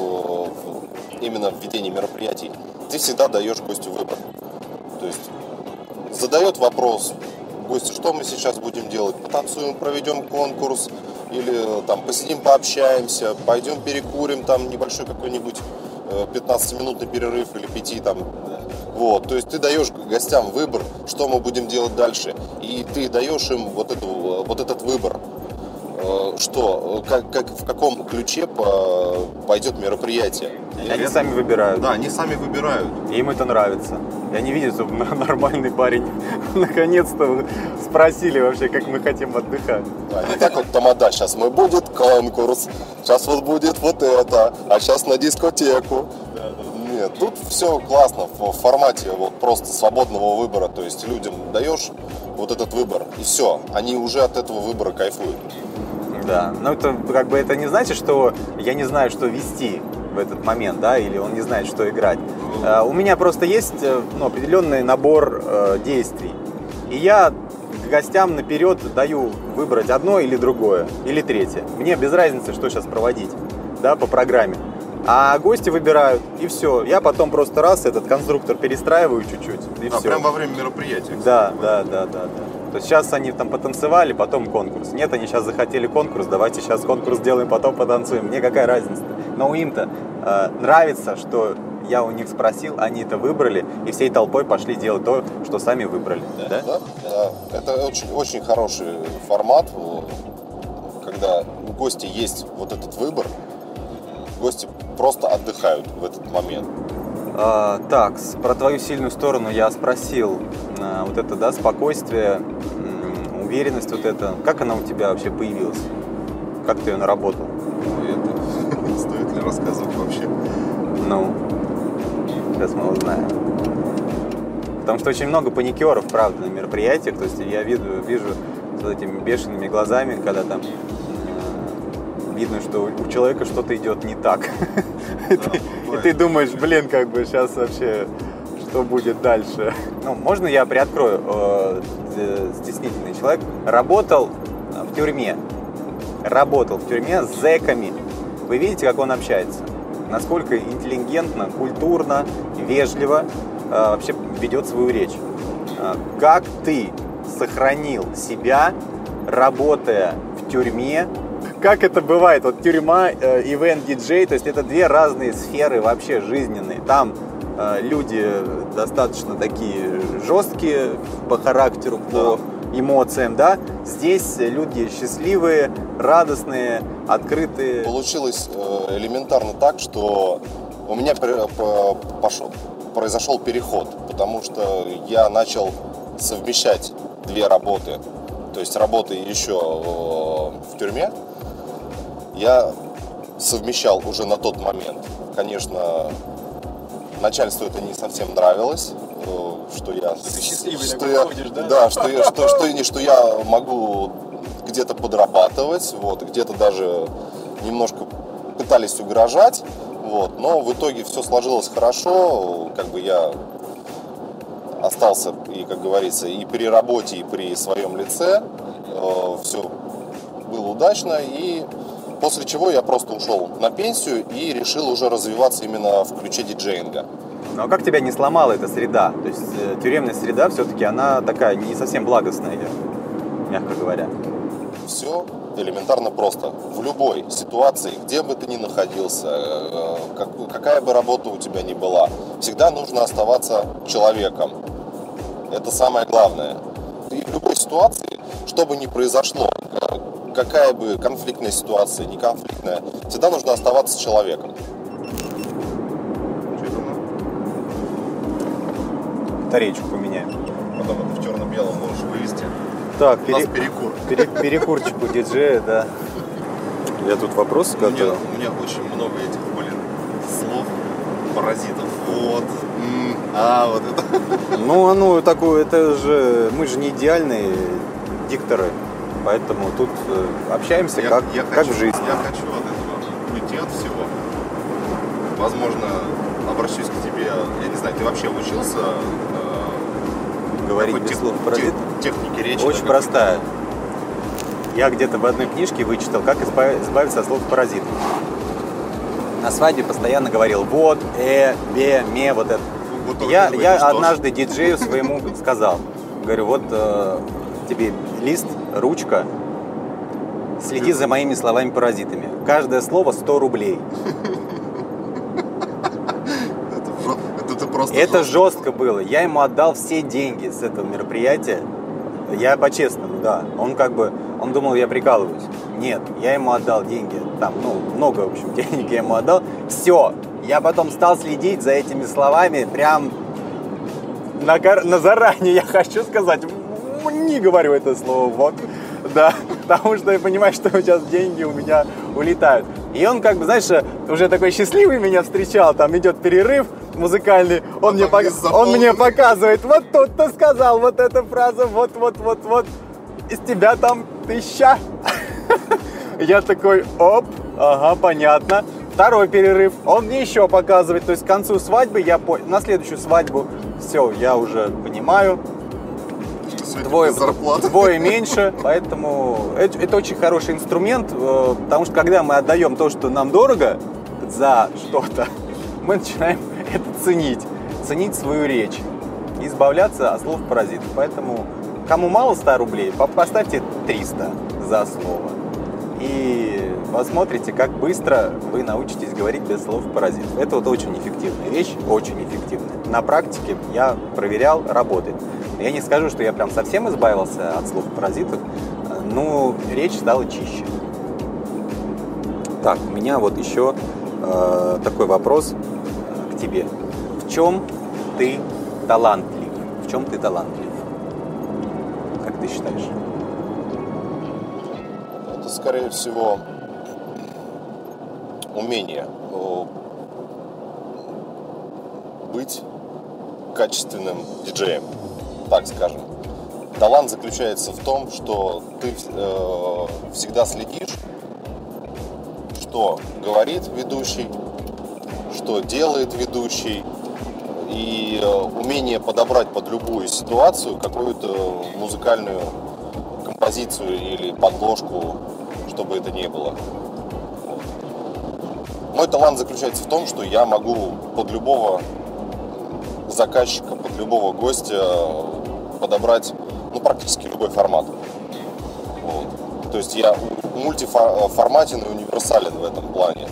именно в ведении мероприятий. Ты всегда даешь гостю выбор. То есть задает вопрос гостю: что мы сейчас будем делать? Потанцуем, проведем конкурс, или там посидим, пообщаемся, пойдем перекурим, там небольшой какой-нибудь пятнадцатиминутный перерыв или пяти там. Вот, то есть ты даешь гостям выбор, что мы будем делать дальше, и ты даешь им вот, эту, вот этот выбор, что, как, как, в каком ключе пойдет мероприятие. И они сами выбирают. Да, они сами выбирают. И им это нравится. И они видят, что нормальный парень наконец-то спросили вообще, как мы хотим отдыхать. Да, не так вот тамада, сейчас мы будет конкурс, сейчас вот будет вот это, а сейчас на дискотеку. Нет, тут все классно в формате вот просто свободного выбора, то есть людям даешь вот этот выбор, и все, они уже от этого выбора кайфуют. Да, но это как бы это не значит, что я не знаю, что вести в этот момент, да, или он не знает, что играть. Uh, у меня просто есть ну, определенный набор uh, действий, и я гостям наперед даю выбрать одно или другое, или третье. Мне без разницы, что сейчас проводить, да, по программе. А гости выбирают, и все. Я потом просто раз этот конструктор перестраиваю чуть-чуть, и а, все. Прямо во время мероприятия. Да, да, да, да, да. То есть сейчас они там потанцевали, потом конкурс. Нет, они сейчас захотели конкурс, давайте сейчас конкурс сделаем, потом потанцуем. Мне какая разница? Но им-то э, нравится, что я у них спросил, они это выбрали, и всей толпой пошли делать то, что сами выбрали. Да, да? Да. Это очень, очень хороший формат, когда у гостя есть вот этот выбор. Гости просто отдыхают в этот момент. А, так, про твою сильную сторону я спросил. А, вот это, да, спокойствие у уверенность вот эта, как она у тебя вообще появилась? Как ты ее наработал? Это стоит ли рассказывать вообще? Ну, сейчас мы узнаем. Потому что очень много паникеров, правда, на мероприятиях. То есть я вижу, вижу с этими бешеными глазами, когда там э, видно, что у человека что-то идет не так. И ты думаешь, блин, как бы сейчас вообще, что будет дальше? Ну, можно я приоткрою? Стеснительный человек работал в тюрьме. Работал в тюрьме с зэками. Вы видите, как он общается? Насколько интеллигентно, культурно, вежливо э, вообще ведет свою речь. Э, как ты сохранил себя, работая в тюрьме? Как это бывает? Вот тюрьма, э, ивент-диджей, то есть это две разные сферы вообще жизненные. Там э, люди достаточно такие жесткие по характеру, по эмоциям, да? Здесь люди счастливые, радостные, открытые. Получилось элементарно так, что у меня пошел, произошел переход, потому что я начал совмещать две работы. То есть работы еще в тюрьме я совмещал уже на тот момент. Конечно, начальству это не совсем нравилось, что я, что я, ходишь, да? Да, что я, что, что, что я могу где-то подрабатывать, вот, где-то даже немножко пытались угрожать, вот, но в итоге все сложилось хорошо, как бы я остался, и, как говорится, и при работе, и при своем лице, э, все было удачно, и после чего я просто ушел на пенсию и решил уже развиваться именно в ключе диджеинга. Ну а как тебя не сломала эта среда? То есть э, тюремная среда все-таки она такая не совсем благостная, мягко говоря. Все элементарно просто. В любой ситуации, где бы ты ни находился, э, как, какая бы работа у тебя ни была, всегда нужно оставаться человеком. Это самое главное. И в любой ситуации, что бы ни произошло, какая бы конфликтная ситуация, не конфликтная, всегда нужно оставаться человеком. Батареечку поменяем. Потом это в черно-белом можешь вывести. Так, у пере... нас перекур. Пере... Перекурчик у диджея, да. Я тут вопрос готовил. У меня, у меня очень много этих, блин, слов, паразитов. Вот. М-м, а, вот это. Ну, оно такое, это же, мы же не идеальные дикторы, поэтому тут общаемся я, как, я как хочу, в жизни. Я хочу от этого уйти от всего. Возможно, обращусь к тебе, я не знаю, ты вообще учился э, говорить без слов паразит? Техники речи? Очень простая. Я где-то в одной книжке вычитал, как избавиться от слов паразитов. На свадьбе постоянно говорил вот, э, бе, ме, вот это. Вот я я однажды диджею своему сказал, говорю, вот э, тебе лист, ручка, следи за моими словами-паразитами. Каждое слово сто рублей. Это жестко было. Я ему отдал все деньги с этого мероприятия. Я по-честному, да. Он как бы, он думал, я прикалываюсь. Нет, я ему отдал деньги. Там, ну, много, в общем, денег я ему отдал. Все. Я потом стал следить за этими словами прям на, на заранее. Я хочу сказать, не говорю это слово, вот. Да, потому что я понимаю, что сейчас деньги у меня улетают. И он, как бы, знаешь, уже такой счастливый меня встречал. Там идет перерыв музыкальный. Он, мне, пок... он мне показывает, вот тут ты сказал вот эту фразу, вот, вот, вот, вот. Из тебя там тысяча. Я такой, оп, ага, понятно. Второй перерыв. Он мне еще показывает. То есть к концу свадьбы я понял. На следующую свадьбу все, я уже понимаю. Двое, двое меньше, поэтому это, это очень хороший инструмент, потому что когда мы отдаем то, что нам дорого за что-то, мы начинаем это ценить, ценить свою речь, избавляться от слов паразитов. Поэтому кому мало ста рублей, поставьте триста за слово. И посмотрите, как быстро вы научитесь говорить без слов паразитов. Это вот очень эффективная вещь, очень эффективная. На практике я проверял, работает. Я не скажу, что я прям совсем избавился от слов паразитов, но речь стала чище. Так, у меня вот еще э, такой вопрос к тебе. В чем ты талантлив? В чем ты талантлив? Как ты считаешь? скорее всего, умение быть качественным диджеем, так скажем. Талант заключается в том, что ты э, всегда следишь, что говорит ведущий, что делает ведущий, и э, умение подобрать под любую ситуацию какую-то музыкальную композицию или подложку, чтобы это ни было. Вот. Мой талант заключается в том, что я могу под любого заказчика, под любого гостя подобрать, ну, практически любой формат. Вот. То есть я мультиформатен и универсален в этом плане.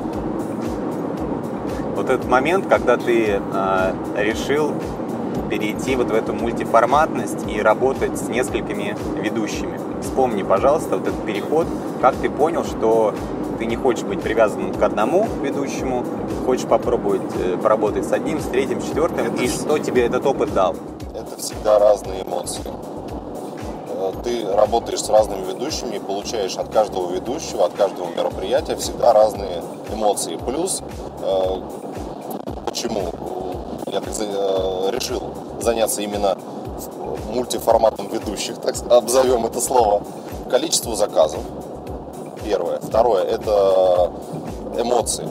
Вот этот момент, когда ты э, решил перейти вот в эту мультиформатность и работать с несколькими ведущими. Вспомни, пожалуйста, вот этот переход, как ты понял, что ты не хочешь быть привязан к одному ведущему, хочешь попробовать э, поработать с одним, с третьим, с четвертым, это и вс... что тебе этот опыт дал? Это всегда разные эмоции. Ты работаешь с разными ведущими и получаешь от каждого ведущего, от каждого мероприятия всегда разные эмоции. Плюс, э, почему я так, э, решил заняться именно мультиформатом ведущих, так обзовем это слово, количество заказов. Первое. Второе – это эмоции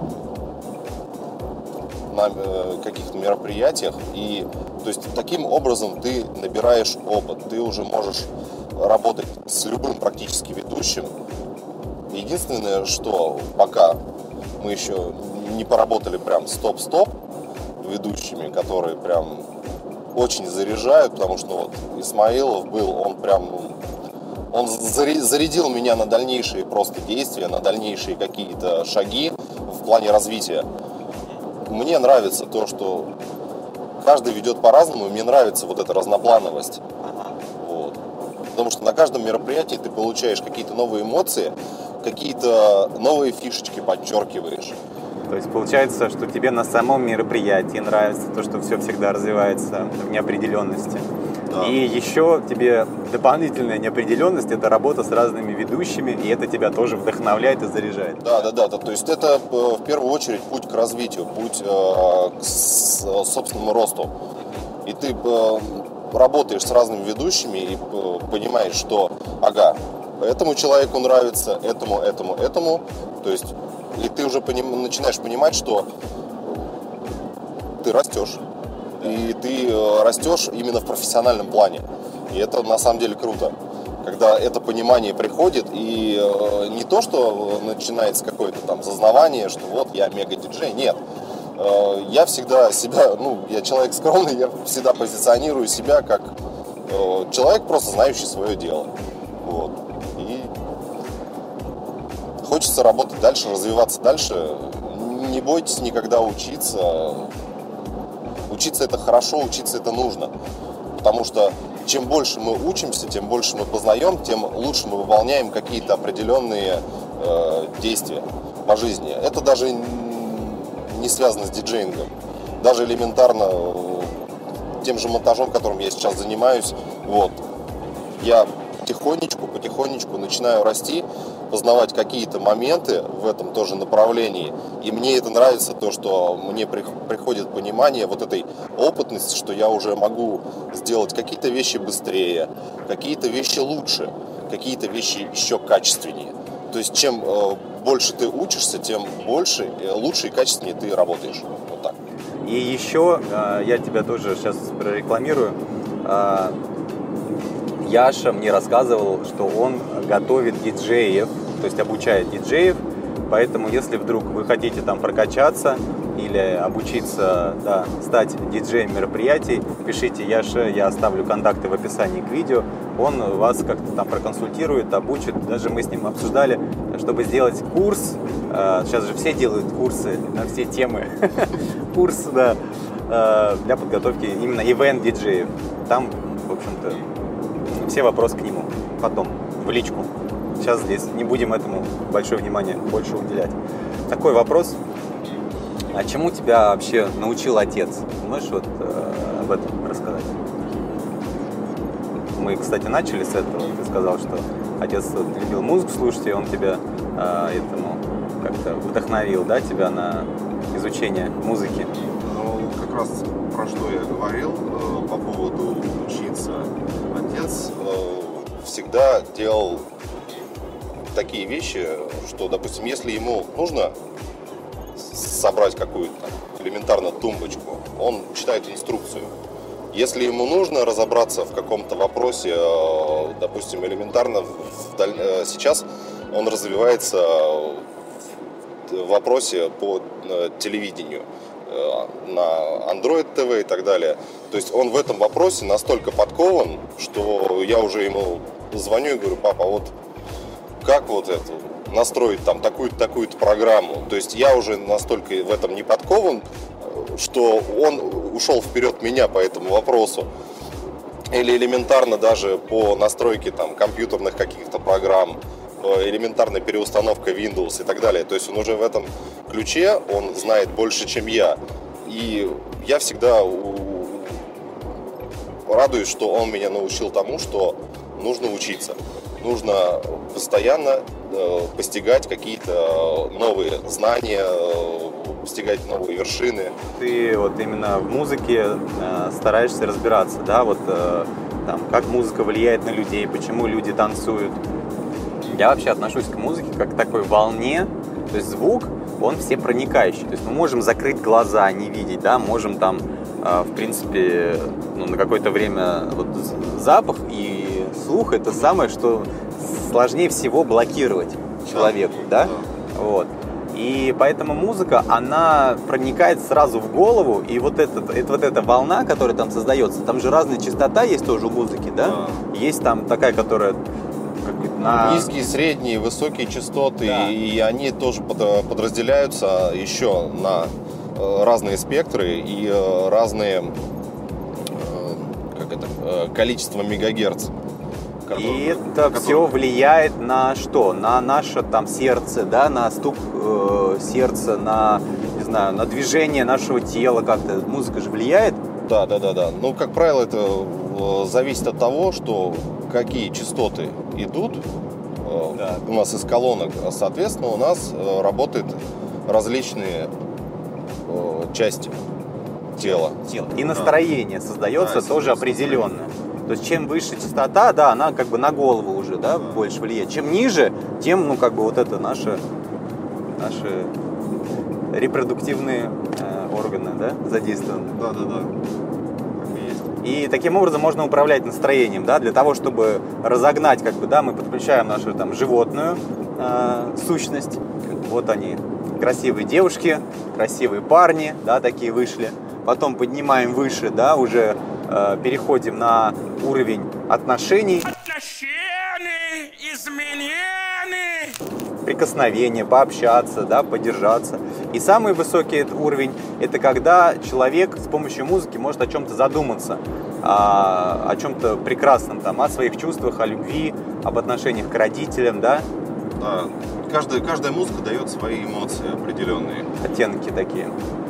на каких-то мероприятиях. И, то есть, таким образом ты набираешь опыт. Ты уже можешь работать с любым практически ведущим. Единственное, что пока мы еще не поработали прям стоп-стоп ведущими, которые прям очень заряжают, потому что ну, вот Исмаилов был, он прям... Он зарядил меня на дальнейшие просто действия, на дальнейшие какие-то шаги в плане развития. Мне нравится то, что каждый ведет по-разному, и мне нравится вот эта разноплановость. Вот. Потому что на каждом мероприятии ты получаешь какие-то новые эмоции, какие-то новые фишечки подчеркиваешь. То есть получается, что тебе на самом мероприятии нравится то, что все всегда развивается в неопределенности. Да. И еще тебе дополнительная неопределенность – это работа с разными ведущими, и это тебя тоже вдохновляет и заряжает. Да, да, да, да. То есть это в первую очередь путь к развитию, путь э, к собственному росту. И ты э, работаешь с разными ведущими и э, понимаешь, что, ага, этому человеку нравится, этому, этому, этому. То есть, и ты уже поним, начинаешь понимать, что ты растешь. И ты растешь именно в профессиональном плане. И это на самом деле круто. Когда это понимание приходит, и э, не то, что начинается какое-то там зазнавание, что вот я мега-диджей. Нет. Э, я всегда себя, ну, я человек скромный, я всегда позиционирую себя как э, человек, просто знающий свое дело. Вот. И хочется работать дальше, развиваться дальше. Не бойтесь никогда учиться. Учиться это хорошо, учиться это нужно. Потому что чем больше мы учимся, тем больше мы познаем, тем лучше мы выполняем какие-то определенные э, действия по жизни. Это даже не связано с диджеингом. Даже элементарно э, тем же монтажом, которым я сейчас занимаюсь. Вот. Я потихонечку, потихонечку начинаю расти, познавать какие-то моменты в этом тоже направлении. И мне это нравится, то, что мне приходит понимание вот этой опытности, что я уже могу сделать какие-то вещи быстрее, какие-то вещи лучше, какие-то вещи еще качественнее. То есть чем больше ты учишься, тем больше, лучше и качественнее ты работаешь. Вот так. И еще я тебя тоже сейчас прорекламирую. Яша мне рассказывал, что он готовит диджеев, то есть обучает диджеев, поэтому если вдруг вы хотите там прокачаться или обучиться, да, стать диджеем мероприятий, пишите Яше, я оставлю контакты в описании к видео, он вас как-то там проконсультирует, обучит, даже мы с ним обсуждали, чтобы сделать курс, сейчас же все делают курсы на все темы, курс, да, для подготовки именно ивент-диджеев, там, в общем-то, все вопросы к нему потом, в личку. Сейчас здесь не будем этому большое внимание больше уделять. Такой вопрос. А чему тебя вообще научил отец? Можешь вот э, об этом рассказать? Мы, кстати, начали с этого. Ты сказал, что отец любил музыку слушать, и он тебя э, этому как-то вдохновил, да, тебя на изучение музыки. Ну, как раз про что я говорил, э, по поводу учиться. Отец э, всегда делал такие вещи, что, допустим, если ему нужно собрать какую-то элементарно тумбочку, он читает инструкцию. Если ему нужно разобраться в каком-то вопросе, допустим, элементарно, сейчас он развивается в вопросе по телевидению, на Android ти ви и так далее. То есть он в этом вопросе настолько подкован, что я уже ему звоню и говорю: папа, вот как вот это настроить там такую-то, такую-то программу. То есть я уже настолько в этом не подкован, что он ушел вперед меня по этому вопросу. Или элементарно даже по настройке там компьютерных каких-то программ, элементарная переустановка Windows и так далее. То есть он уже в этом ключе, он знает больше, чем я. И я всегда радуюсь, что он меня научил тому, что нужно учиться. Нужно постоянно э, постигать какие-то новые знания, э, постигать новые вершины. Ты вот именно в музыке э, стараешься разбираться, да, вот э, там, как музыка влияет на людей, почему люди танцуют. Я вообще отношусь к музыке как к такой волне, то есть звук, он всепроникающий. То есть мы можем закрыть глаза, не видеть, да, можем там, э, в принципе, ну, на какое-то время вот, запах и слух — это самое, что сложнее всего блокировать человеку, да? да? Вот. И поэтому музыка, она проникает сразу в голову, и вот, этот, это, вот эта волна, которая там создается, там же разная частота есть тоже у музыки, да? да. Есть там такая, которая... Как, на... Низкие, средние, высокие частоты, да. и они тоже подразделяются еще на разные спектры и разные как это, количество мегагерц. И это который... все влияет на что? На наше там сердце, да, на стук э, сердца, на, не знаю, на движение нашего тела как-то. Музыка же влияет? Да, да, да, да. Ну, как правило, это зависит от того, что какие частоты идут э, да. у нас из колонок. Соответственно, у нас э, работают различные э, части тела. Тело. И настроение да. создается да, тоже определенное. То есть чем выше частота, да, она как бы на голову уже, да, больше влияет. Чем ниже, тем, ну, как бы вот это наши, наши репродуктивные э, органы, да, задействованы. Да, да, да. И таким образом можно управлять настроением, да, для того, чтобы разогнать, как бы, да, мы подключаем нашу там животную э, сущность. Вот они, красивые девушки, красивые парни, да, такие вышли. Потом поднимаем выше, да, уже э, переходим на уровень отношений. Отношения, изменения. Прикосновения, пообщаться, да, подержаться. И самый высокий уровень – это когда человек с помощью музыки может о чем-то задуматься, о, о чем-то прекрасном, там, о своих чувствах, о любви, об отношениях к родителям, да. Да. Каждая, каждая музыка дает свои эмоции определенные. Оттенки такие.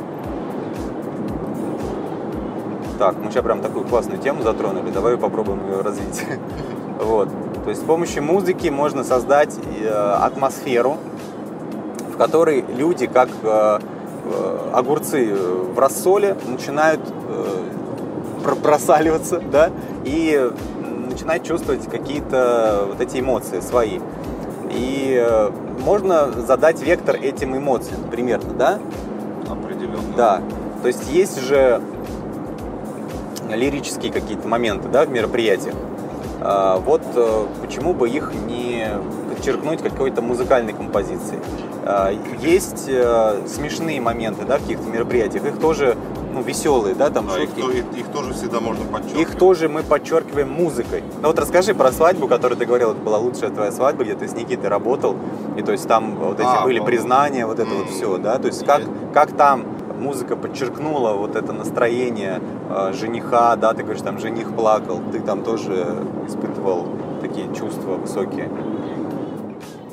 Так, мы сейчас прям такую классную тему затронули, давай попробуем ее развить. Вот. То есть с помощью музыки можно создать э, атмосферу, в которой люди, как э, э, огурцы в рассоле, начинают э, просаливаться, да, и начинают чувствовать какие-то вот эти эмоции свои. И э, можно задать вектор этим эмоциям примерно, да? Определенно. Да. То есть есть же лирические какие-то моменты, да, в мероприятиях. А, вот а, почему бы их не подчеркнуть какой-то музыкальной композицией. А, есть а, смешные моменты, да, в каких-то мероприятиях, их тоже, ну, веселые, да, там да, шутки. Их, их тоже всегда можно подчеркивать. Их тоже мы подчеркиваем музыкой. Ну вот расскажи про свадьбу, которую ты говорил, это была лучшая твоя свадьба, где ты с Никитой работал, и то есть там вот эти а, были ну, признания, вот это mm, вот все, да, то есть как, как там музыка подчеркнула вот это настроение э, жениха, да, ты говоришь, там жених плакал, ты там тоже испытывал такие чувства высокие.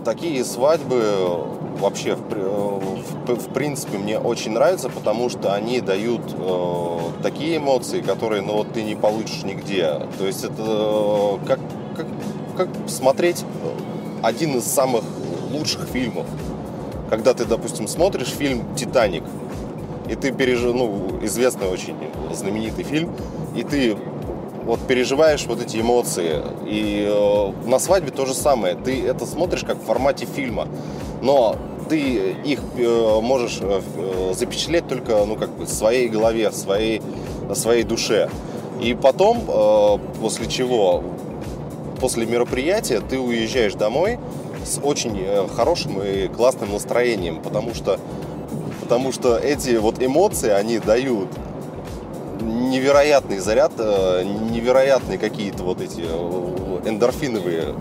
такие свадьбы вообще, в, в, в принципе, мне очень нравятся, потому что они дают э, такие эмоции, которые, ну, вот ты не получишь нигде. То есть это э, как, как, как смотреть один из самых лучших фильмов. Когда ты, допустим, смотришь фильм «Титаник», и ты переживаешь, ну, известный очень знаменитый фильм, и ты вот переживаешь вот эти эмоции. И э, на свадьбе то же самое. Ты это смотришь как в формате фильма, но ты их э, можешь э, запечатлеть только, ну, как бы в своей голове, в своей, в своей душе. И потом, э, после чего, после мероприятия, ты уезжаешь домой с очень э, хорошим и классным настроением, потому что, потому что эти вот эмоции, они дают невероятный заряд, невероятные какие-то вот эти эндорфиновые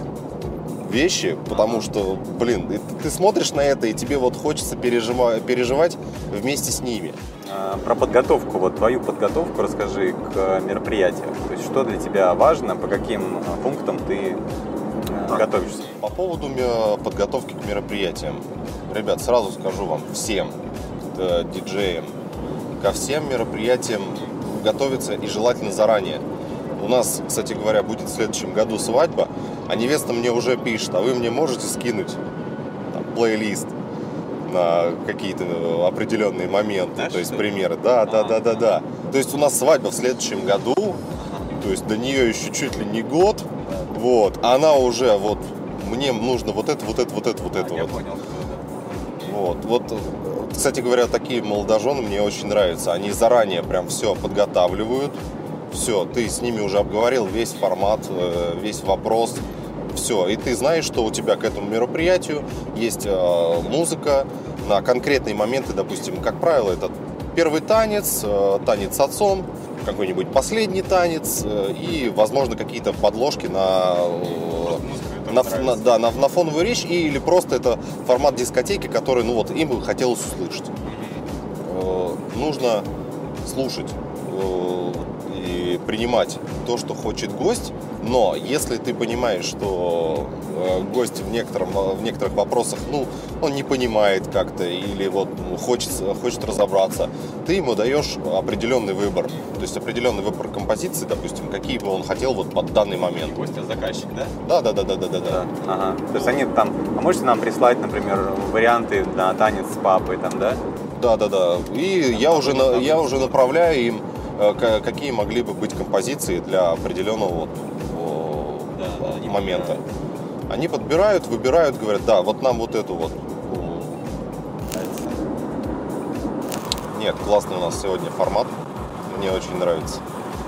вещи, потому что, блин, ты смотришь на это, и тебе вот хочется переживать, переживать вместе с ними. Про подготовку, вот твою подготовку расскажи к мероприятию. То есть что для тебя важно, по каким пунктам ты так, готовишься? По поводу подготовки к мероприятиям. Ребят, сразу скажу вам всем диджеям, ко всем мероприятиям готовиться и желательно заранее. У нас, кстати говоря, будет в следующем году свадьба, а невеста мне уже пишет: а вы мне можете скинуть там плейлист на какие-то определенные моменты, знаешь, то есть примеры. Да, да, да, да, да. То есть у нас свадьба в следующем году, то есть до нее еще чуть ли не год, вот, а она уже вот, мне нужно вот это, вот это, вот это, вот это. Я вот. понял. Вот, вот, кстати говоря, такие молодожены мне очень нравятся. Они заранее прям все подготавливают. Все, ты с ними уже обговорил весь формат, весь вопрос. Все, и ты знаешь, что у тебя к этому мероприятию есть музыка на конкретные моменты, допустим, как правило, это первый танец, танец с отцом, какой-нибудь последний танец и, возможно, какие-то подложки на... На, на, да, на, на фоновую речь, и, или просто это формат дискотеки, который, ну вот, им бы хотелось услышать. Э, нужно слушать э, и принимать то, что хочет гость, но если ты понимаешь, что э, гость в, некотором, в некоторых вопросах, ну, он не понимает как-то или вот ну, хочет, хочет разобраться, ты ему даешь определенный выбор, то есть определенный выбор композиции, допустим, какие бы он хотел вот под данный момент. Гость, а заказчик, да? Да, да, да, да, да, да, да. Ага. То есть они там, а можете нам прислать, например, варианты на танец с папой, там, да? Да, да, да. И я уже, на, я уже направляю им, э, какие могли бы быть композиции для определенного вот, о, да, да, момента. Они, они подбирают, выбирают, говорят: да, вот нам вот эту вот. Нет, классный у нас сегодня формат. Мне очень нравится.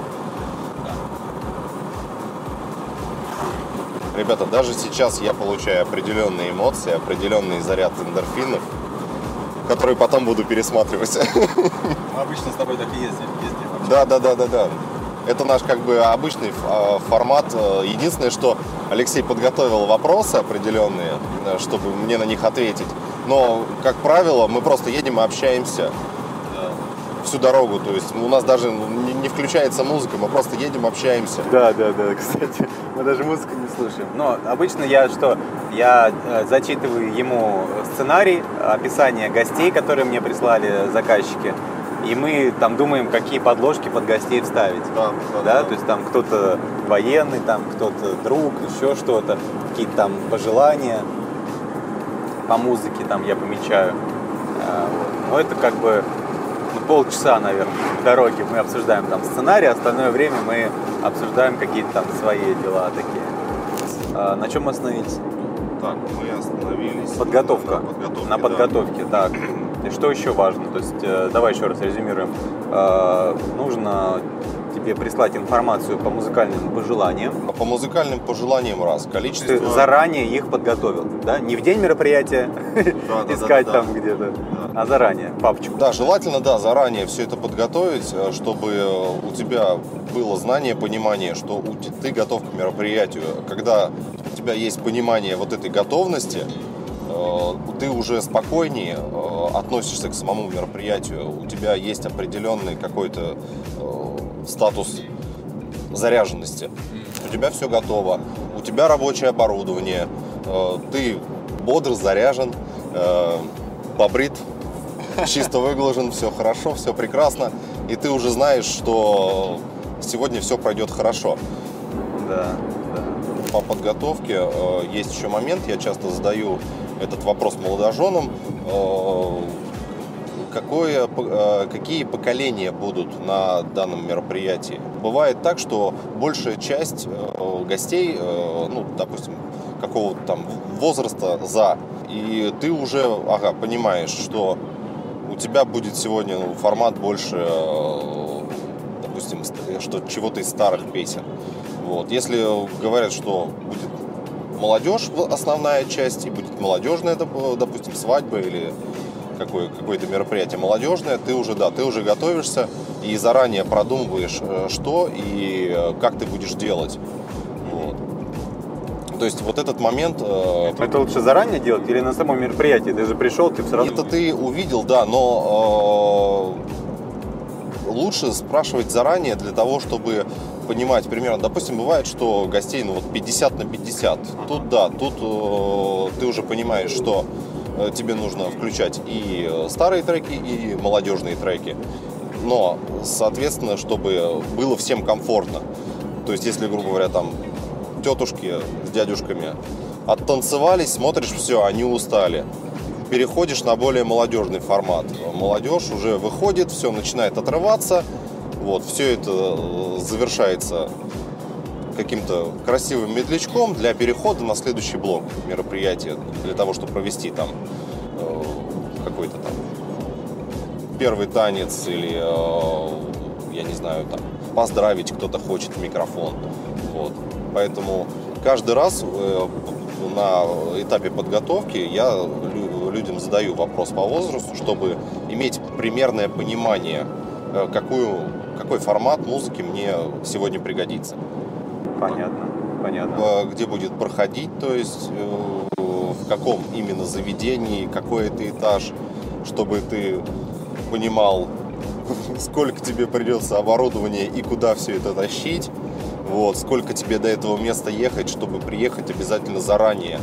Ребята, даже сейчас я получаю определенные эмоции, определенный заряд эндорфинов, которые потом буду пересматривать. Мы обычно с тобой так и ездим. ездим да, да, да, да, да. Это наш как бы обычный формат. Единственное, что Алексей подготовил вопросы определенные, чтобы мне на них ответить. Но, как правило, мы просто едем и общаемся всю дорогу. То есть у нас даже не включается музыка, мы просто едем, общаемся. Да, да, да, кстати. Мы даже музыку не слушаем. Но обычно я что? Я зачитываю ему сценарий, описание гостей, которые мне прислали заказчики. И мы там думаем, какие подложки под гостей вставить. Да, да, да? да. То есть там кто-то военный, там кто-то друг, еще что-то, какие-то там пожелания по музыке там я помечаю. Но это как бы ну, полчаса, наверное, в дороге мы обсуждаем там сценарий, остальное время мы обсуждаем какие-то там свои дела такие. А на чем мы остановились? Так, мы остановились. Подготовка. На подготовке. На подготовке, да. Так. И что еще важно? То есть, э, давай еще раз резюмируем. Э, нужно тебе прислать информацию по музыкальным пожеланиям. А по музыкальным пожеланиям раз. Количество... Ты заранее их подготовил, да? Не в день мероприятия да, да, искать да, там да. где-то, да. а заранее, папочку. Да, желательно, да, заранее все это подготовить, чтобы у тебя было знание, понимание, что у, ты готов к мероприятию. Когда у тебя есть понимание вот этой готовности, ты уже спокойнее относишься к самому мероприятию, у тебя есть определенный какой-то статус заряженности, у тебя все готово, у тебя рабочее оборудование, э, ты бодр, заряжен, э, побрит, чисто выглажен, все хорошо, все прекрасно, и ты уже знаешь, что сегодня все пройдет хорошо. Да, да. По подготовке э, есть еще момент, я часто задаю этот вопрос молодоженам, э, какое, э, какие поколения будут на данном мероприятии. Бывает так, что большая часть э, гостей, э, ну, допустим, какого-то там возраста за, и ты уже, ага, понимаешь, что у тебя будет сегодня ну, формат больше, э, допустим, что чего-то из старых песен. Вот. Если говорят, что будет молодежь основная часть, и будет молодежная, допустим, свадьба или какое, какое-то мероприятие молодежное, ты уже, да, ты уже готовишься и заранее продумываешь, что и как ты будешь делать. Вот. То есть вот этот момент... Это лучше заранее делать или на самом мероприятии? Ты же пришел, ты сразу... Это ты увидел, да, но э, лучше спрашивать заранее для того, чтобы понимать примерно. Допустим, бывает, что гостей ну, вот пятьдесят на пятьдесят. Тут да, тут э, ты уже понимаешь, что э, тебе нужно включать и старые треки, и молодежные треки. Но, соответственно, чтобы было всем комфортно. То есть, если, грубо говоря, там тетушки с дядюшками оттанцевались, смотришь, все, они устали. Переходишь на более молодежный формат. Молодежь уже выходит, все начинает отрываться. Вот, все это завершается каким-то красивым медлячком для перехода на следующий блок мероприятия, для того, чтобы провести там э, какой-то там первый танец или, э, я не знаю, там поздравить кто-то хочет в микрофон. Вот. Поэтому каждый раз э, на этапе подготовки я лю- людям задаю вопрос по возрасту, чтобы иметь примерное понимание, э, какую какой формат музыки мне сегодня пригодится. Понятно, понятно. Где будет проходить, то есть в каком именно заведении, какой это этаж, чтобы ты понимал, сколько тебе придется оборудования и куда все это тащить, вот, сколько тебе до этого места ехать, чтобы приехать обязательно заранее,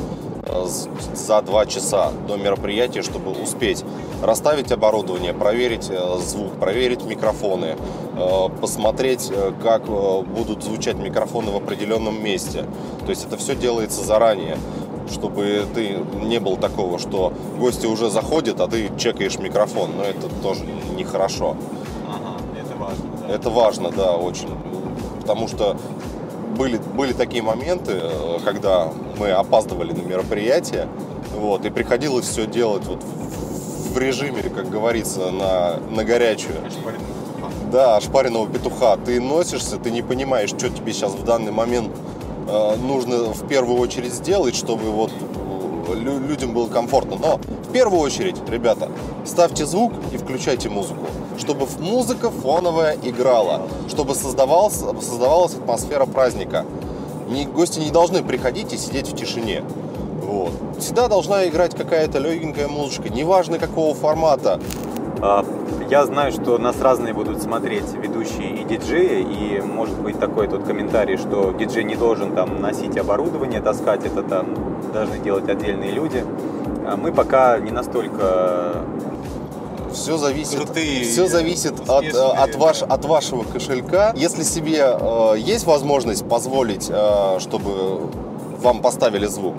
за два часа до мероприятия, чтобы успеть расставить оборудование, проверить звук, проверить микрофоны, посмотреть, как будут звучать микрофоны в определенном месте. То есть это все делается заранее, чтобы ты не было такого, что гости уже заходят, а ты чекаешь микрофон. Но это тоже нехорошо. Ага, это важно. Да. Это важно, да, очень. Потому что Были, были такие моменты, когда мы опаздывали на мероприятие, вот, и приходилось все делать вот в, в режиме, как говорится, на, на горячую. Ошпаренного петуха. Да, ошпаренного петуха. Ты носишься, ты не понимаешь, что тебе сейчас в данный момент э, нужно в первую очередь сделать, чтобы вот лю- людям было комфортно. Но в первую очередь, ребята, ставьте звук и включайте музыку. Чтобы музыка фоновая играла, чтобы создавалась, создавалась атмосфера праздника. Не, гости не должны приходить и сидеть в тишине. Вот. Всегда должна играть какая-то легенькая музычка, неважно какого формата. Я знаю, что нас разные будут смотреть ведущие и диджеи, и может быть такой тут комментарий, что диджей не должен там носить оборудование, таскать это там должны делать отдельные люди. Мы пока не настолько... Все зависит, Крутые, все зависит от, от, ваш, от вашего кошелька. Если себе э, есть возможность позволить, э, чтобы вам поставили звук,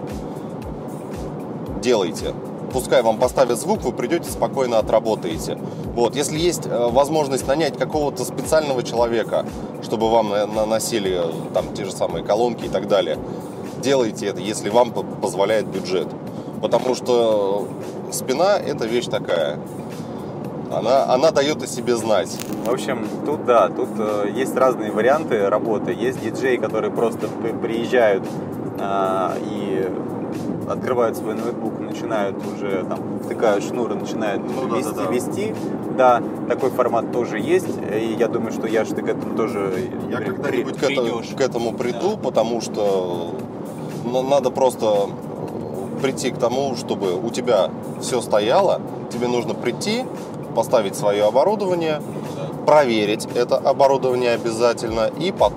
делайте. Пускай вам поставят звук, вы придете, спокойно отработаете. Вот. Если есть э, возможность нанять какого-то специального человека, чтобы вам наносили там, те же самые колонки и так далее, делайте это, если вам позволяет бюджет. Потому что спина – это вещь такая. Она, она дает о себе знать. В общем, тут да, тут э, есть разные варианты работы. Есть диджеи, которые просто приезжают э, и открывают свой ноутбук, начинают уже там, втыкают шнур и начинают ну, вести, да, да, да. вести. Да, такой формат тоже есть. И я думаю, что я, что ты к этому тоже я при, когда-нибудь при, к, это, к этому приду, да. Потому что надо просто прийти к тому, чтобы у тебя все стояло. Тебе нужно прийти, поставить свое оборудование, проверить это оборудование обязательно и потом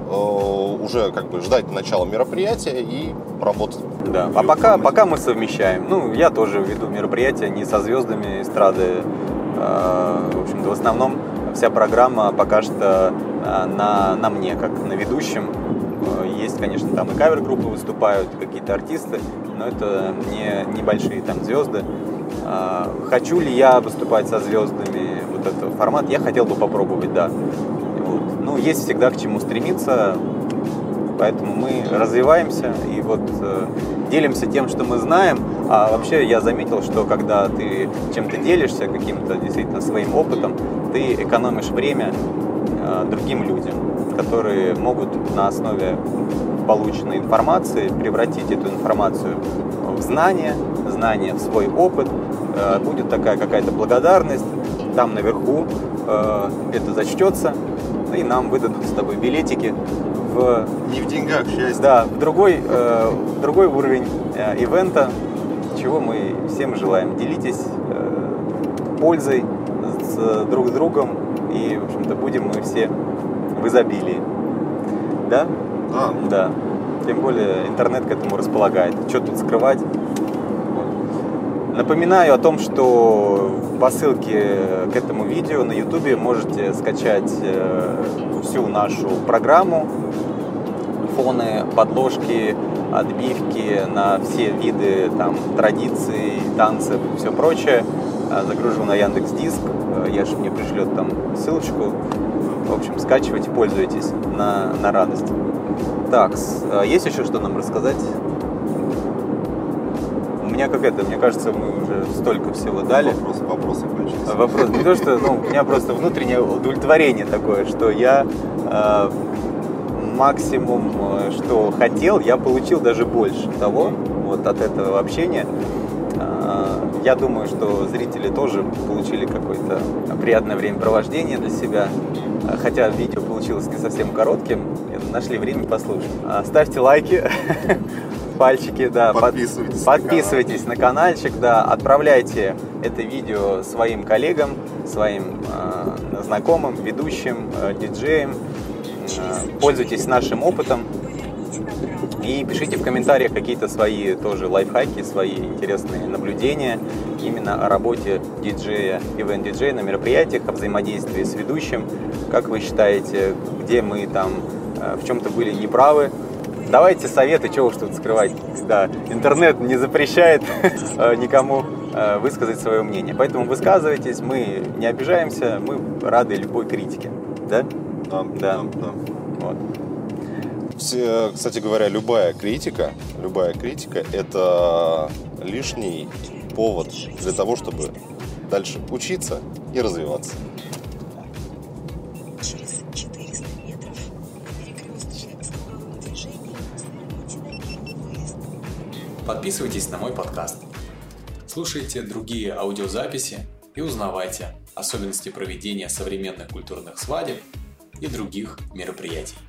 уже как бы ждать начала мероприятия и работать. Да. А пока, пока мы совмещаем. Ну, я тоже веду мероприятия не со звездами эстрады. В общем-то, в основном вся программа пока что на, на мне, как на ведущем. Есть, конечно, там и кавер-группы выступают, какие-то артисты, но это не небольшие там звезды. Хочу ли я выступать со звездами вот этого формата? Я хотел бы попробовать, да. Вот. Ну, есть всегда к чему стремиться, поэтому мы развиваемся и вот э, делимся тем, что мы знаем. А вообще я заметил, что когда ты чем-то делишься, каким-то действительно своим опытом, ты экономишь время э, другим людям, которые могут на основе полученной информации превратить эту информацию в знания, знания в свой опыт. Э, будет такая какая-то благодарность, там наверху э, это зачтется, и нам выдадут с тобой билетики в... Не в деньгах, счастье. Да, в другой, э, в другой уровень э, ивента, чего мы всем желаем. Делитесь э, пользой с друг с другом, и, в общем-то, будем мы все в изобилии. Да? Да. Да. Тем более интернет к этому располагает. Что тут скрывать? Напоминаю о том, что по ссылке к этому видео на YouTube можете скачать всю нашу программу, фоны, подложки, отбивки на все виды там, традиций, танцев и все прочее. Загружу на Яндекс.Диск, Яша мне пришлет там ссылочку. В общем, скачивайте, пользуйтесь на, на радость. Так, есть еще что нам рассказать? У меня как это, мне кажется, мы уже столько всего дали. Вопросы, вопросы кончились. Вопрос не то, что, ну, у меня просто внутреннее удовлетворение такое, что я э, максимум, что хотел, я получил даже больше того, вот от этого общения. Э, я думаю, что зрители тоже получили какое-то приятное времяпровождение для себя. Хотя видео получилось не совсем коротким, нашли время послушать. Ставьте лайки. Пальчики, да, подписывайтесь, под, подписывайтесь на, канал. на каналчик, да, отправляйте это видео своим коллегам, своим э, знакомым, ведущим, э, диджеям, э, пользуйтесь нашим опытом и пишите в комментариях какие-то свои тоже лайфхаки, свои интересные наблюдения именно о работе диджея, ивент-диджея на мероприятиях, о взаимодействии с ведущим, как вы считаете, где мы там э, в чем-то были неправы. Давайте советы, чего уж тут скрывать. Да, интернет не запрещает никому высказать свое мнение. Поэтому высказывайтесь, мы не обижаемся, мы рады любой критике. Да? Да, да, да. Вот. Все, кстати говоря, любая критика, любая критика – это лишний повод для того, чтобы дальше учиться и развиваться. Подписывайтесь на мой подкаст, слушайте другие аудиозаписи и узнавайте особенности проведения современных культурных свадеб и других мероприятий.